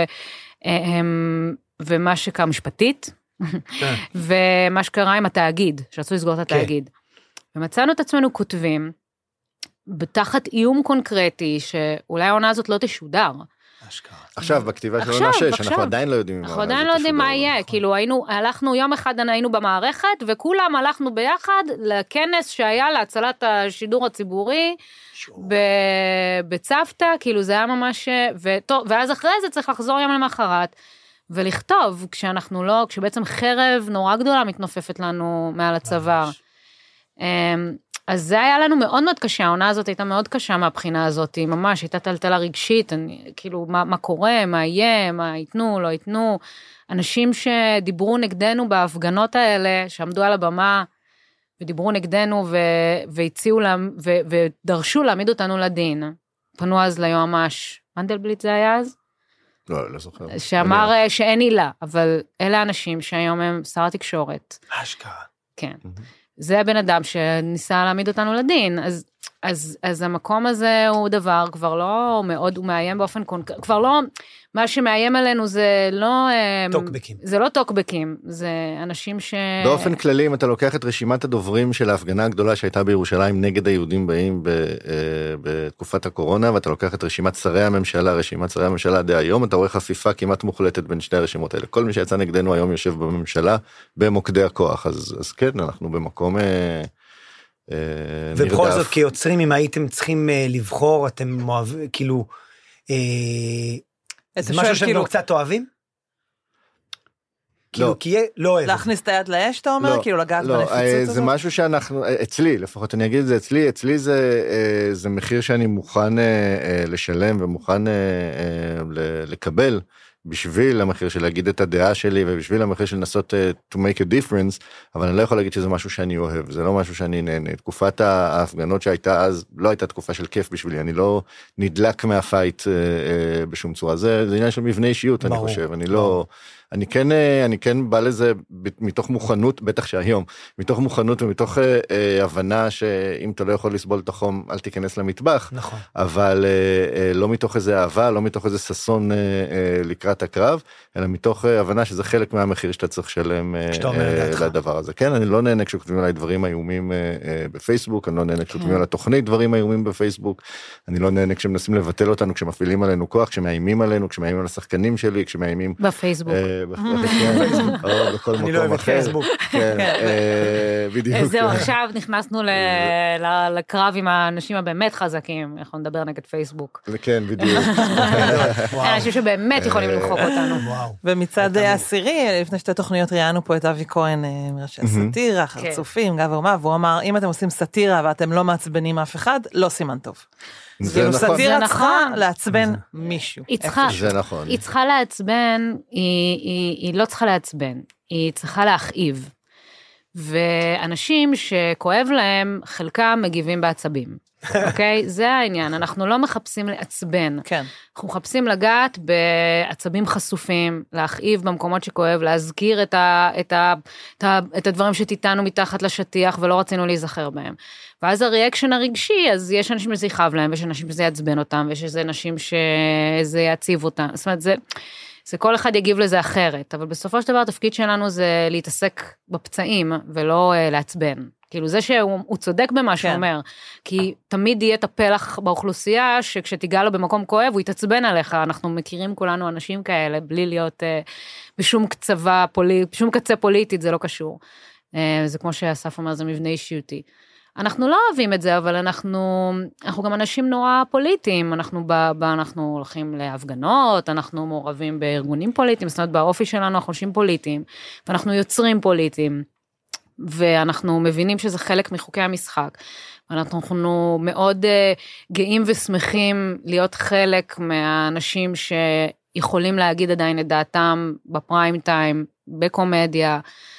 ומה שקרה משפטית, ומה שקרה עם התאגיד, שרצו לסגור את התאגיד. ומצאנו את עצמנו כותבים, בתחת איום קונקרטי, שאולי העונה הזאת לא תשודר, עכשיו, בכתיבה של עונה שש, אנחנו עדיין לא יודעים. אנחנו עדיין לא יודעים מה יהיה, כאילו היינו, הלכנו, יום אחד היינו במערכת, וכולם הלכנו ביחד לכנס שהיה להצלת השידור הציבורי, בצוותא, כאילו זה היה ממש, ואז אחרי זה צריך לחזור יום למחרת, ולכתוב, כשאנחנו לא, כשבעצם חרב נורא גדולה מתנופפת לנו מעל הצוואר. אז זה היה לנו מאוד מאוד קשה, העונה הזאת הייתה מאוד קשה מהבחינה הזאת, היא ממש הייתה טלטלה רגשית, אני, כאילו מה, מה קורה, מה יהיה, מה ייתנו, לא ייתנו, אנשים שדיברו נגדנו בהפגנות האלה, שעמדו על הבמה, ודיברו נגדנו, ו, והציעו להם, ו, ודרשו להעמיד אותנו לדין, פנו אז ליועמ"ש, מנדלבליט זה היה אז? לא, לא זוכר. שאמר אני... שאין עילה, אבל אלה האנשים שהיום הם שר התקשורת. אשכרה. כן. זה הבן אדם שניסה להעמיד אותנו לדין, אז, אז, אז המקום הזה הוא דבר כבר לא מאוד, הוא מאיים באופן קונקרטי, כבר לא, מה שמאיים עלינו זה לא... טוקבקים. זה לא טוקבקים, זה אנשים ש... באופן כללי, אם אתה לוקח את רשימת הדוברים של ההפגנה הגדולה שהייתה בירושלים נגד היהודים באים בתקופת הקורונה, ואתה לוקח את רשימת שרי הממשלה, רשימת שרי הממשלה די היום, אתה רואה חפיפה כמעט מוחלטת בין שני הרשימות האלה. כל מי שיצא נגדנו היום יושב בממשלה, במוקדי הכוח, אז, אז כן, אנחנו במקום... ובכל זאת, כיוצרים, אם הייתם צריכים לבחור, אתם אוהבים, כאילו... זה משהו שאתם גם קצת אוהבים? כאילו, כי לא אוהב. להכניס את היד לאש, אתה אומר? כאילו, לגעת בנפיצות הזאת? זה משהו שאנחנו, אצלי, לפחות אני אגיד את זה אצלי, אצלי זה מחיר שאני מוכן לשלם ומוכן לקבל בשביל המחיר של להגיד את הדעה שלי, ובשביל המחיר של לנסות to make a difference, אבל אני לא יכול להגיד שזה משהו שאני אוהב, זה לא משהו שאני נהנה. תקופת ההפגנות שהייתה אז, לא הייתה תקופה של כיף בשבילי, אני לא נדלק מהפייט בשום צורה, זה עניין של מבנה אישיות, אני חושב, אני לא... אני כן, אני כן בא לזה מתוך מוכנות, בטח שהיום, מתוך מוכנות ומתוך אה, הבנה שאם אתה לא יכול לסבול את החום, אל תיכנס למטבח. נכון. אבל אה, לא מתוך איזה אהבה, לא מתוך איזה ססון אה, אה, לקראת הקרב, אלא מתוך אה, הבנה שזה חלק מהמחיר שאתה צריך לשלם אה, אה, לדבר הזה. כן, אני לא נהנה כשכותבים עליי דברים איומים אה, אה, בפייסבוק, אני לא נהנה כשכותבים על התוכנית דברים איומים בפייסבוק, אני לא נהנה כשמנסים לבטל אותנו, כשמפעילים עלינו כוח, כשמאיימים עלינו, כשמאיימים על השחקנים שלי, כשמאיימים בפייסבוק. בפייסבוק, או בכל מקום אחר. בדיוק. זהו, עכשיו נכנסנו לקרב עם האנשים הבאמת חזקים, אנחנו נדבר נגד פייסבוק. כן, בדיוק. אנשים שבאמת יכולים למחוק אותנו. ומצד העשירי, לפני שתי תוכניות ראיינו פה את אבי כהן, מראשי הסאטירה, חרצופים, גב ורמה, והוא אמר, אם אתם עושים סאטירה ואתם לא מעצבנים אף אחד, לא סימן טוב. כאילו סאטירה צריכה לעצבן מישהו. זה נכון. היא צריכה לעצבן, היא לא צריכה לעצבן, היא צריכה להכאיב. ואנשים שכואב להם, חלקם מגיבים בעצבים. אוקיי? זה העניין, אנחנו לא מחפשים לעצבן. כן. אנחנו מחפשים לגעת בעצבים חשופים, להכאיב במקומות שכואב, להזכיר את, ה, את, ה, את, ה, את הדברים שתיתנו מתחת לשטיח ולא רצינו להיזכר בהם. ואז הריאקשן הרגשי, אז יש אנשים שזה יכאב להם, ויש אנשים שזה יעצבן אותם, ויש איזה אנשים שזה יעציב אותם. זאת אומרת, זה, זה כל אחד יגיב לזה אחרת, אבל בסופו של דבר התפקיד שלנו זה להתעסק בפצעים, ולא uh, לעצבן. כאילו זה שהוא צודק במה שהוא אומר, כי תמיד יהיה את הפלח באוכלוסייה, שכשתיגע לו במקום כואב, הוא יתעצבן עליך, אנחנו מכירים כולנו אנשים כאלה, בלי להיות uh, בשום קצבה פוליטית, בשום קצה פוליטית, זה לא קשור. Uh, זה כמו שאסף אומר, זה מבנה אישיותי. אנחנו לא אוהבים את זה, אבל אנחנו, אנחנו גם אנשים נורא פוליטיים, אנחנו, ב, ב, אנחנו הולכים להפגנות, אנחנו מעורבים בארגונים פוליטיים, זאת אומרת, באופי שלנו אנחנו אנשים פוליטיים, ואנחנו יוצרים פוליטיים, ואנחנו מבינים שזה חלק מחוקי המשחק, ואנחנו מאוד uh, גאים ושמחים להיות חלק מהאנשים שיכולים להגיד עדיין את דעתם בפריים טיים, בקומדיה,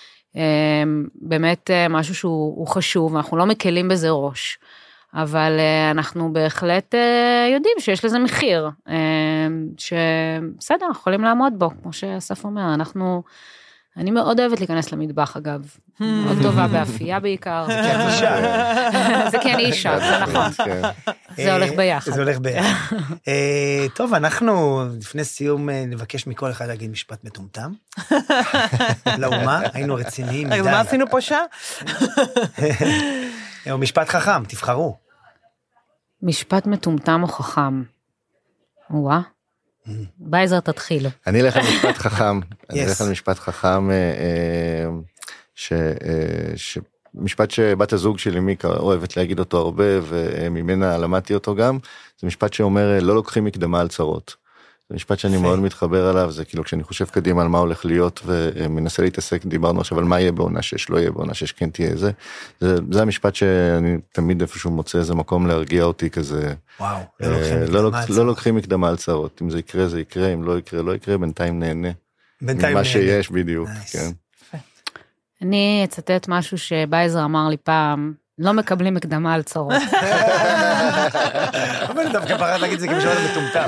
באמת משהו שהוא חשוב, אנחנו לא מקלים בזה ראש, אבל אנחנו בהחלט יודעים שיש לזה מחיר, שבסדר, יכולים לעמוד בו, כמו שאסף אומר, אנחנו, אני מאוד אוהבת להיכנס למטבח אגב, מאוד טובה באפייה בעיקר, זה כי אני אישה, זה נכון, זה הולך ביחד. זה הולך ביחד. טוב, אנחנו לפני סיום נבקש מכל אחד להגיד משפט מטומטם, לאומה, היינו רציניים. אז מה עשינו פה שעה? או משפט חכם, תבחרו. משפט מטומטם או חכם? וואה. בייזר תתחיל. אני אלך על משפט חכם, אני אלך על משפט חכם, משפט שבת הזוג שלי מיקה אוהבת להגיד אותו הרבה, וממנה למדתי אותו גם, זה משפט שאומר לא לוקחים מקדמה על צרות. זה משפט שאני מאוד מתחבר עליו, זה כאילו כשאני חושב קדימה על מה הולך להיות, ומנסה להתעסק, דיברנו עכשיו על מה יהיה בעונה שש, לא יהיה בעונה שש, כן תהיה זה. זה, זה המשפט שאני תמיד איפשהו מוצא איזה מקום להרגיע אותי כזה. וואו, לא לוקחים מקדמה על צרות. אם זה יקרה, זה יקרה, אם לא יקרה, לא יקרה, בינתיים נהנה. בינתיים נהנה. מה שיש בדיוק, כן. אני אצטט משהו שבייזר אמר לי פעם, לא מקבלים מקדמה על צרות. אבל דווקא פחד להגיד זה כמשפט מטומטם.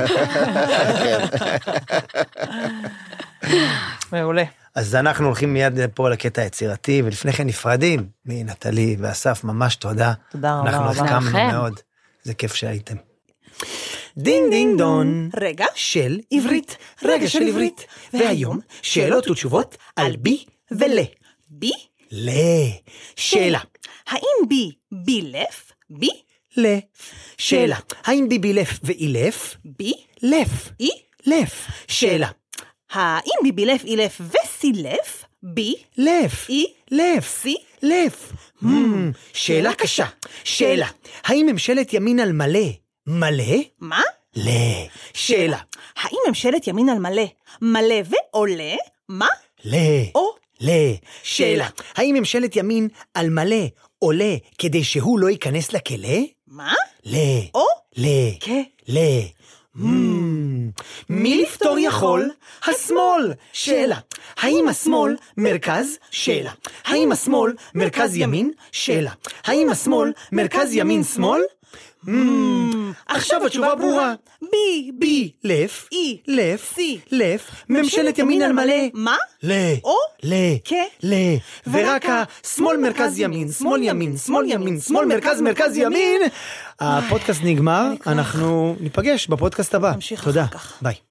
מעולה. אז אנחנו הולכים מיד פה לקטע היצירתי, ולפני כן נפרדים מנטלי ואסף, ממש תודה. תודה רבה. אנחנו החכמנו מאוד, זה כיף שהייתם. דינג דינג דון, רגע של עברית, רגע של עברית, והיום שאלות ותשובות על בי ולה. בי? ל. שאלה. האם בי בילף? בי? ל. שאלה. האם בי בילף ואילף? בי? לף. אי? לף. שאלה. האם בי בילף אילף וסילף? בי? לף. אי? לף. סי? לף. שאלה קשה. שאלה. האם ממשלת ימין על מלא? מלא? מה? ל. שאלה. האם ממשלת ימין על מלא? מלא ועולה? מה? ל. או? ל. שאלה. האם ממשלת ימין על מלא עולה כדי שהוא לא ייכנס לכלא? מה? ל. או? ל. כ. ל. מי לפתור יכול? השמאל. שאלה. האם השמאל מרכז? שאלה. האם השמאל מרכז ימין? שאלה. האם השמאל מרכז ימין שמאל? עכשיו התשובה ברורה. בי, בי, לף, אי, לף, סי, לף, ממשלת ימין על מלא. מה? ל, או? ל, כ. ל, ורק השמאל מרכז ימין, שמאל ימין, שמאל ימין, שמאל מרכז מרכז ימין. הפודקאסט נגמר, אנחנו ניפגש בפודקאסט הבא. נמשיך תודה, אחר כך. ביי.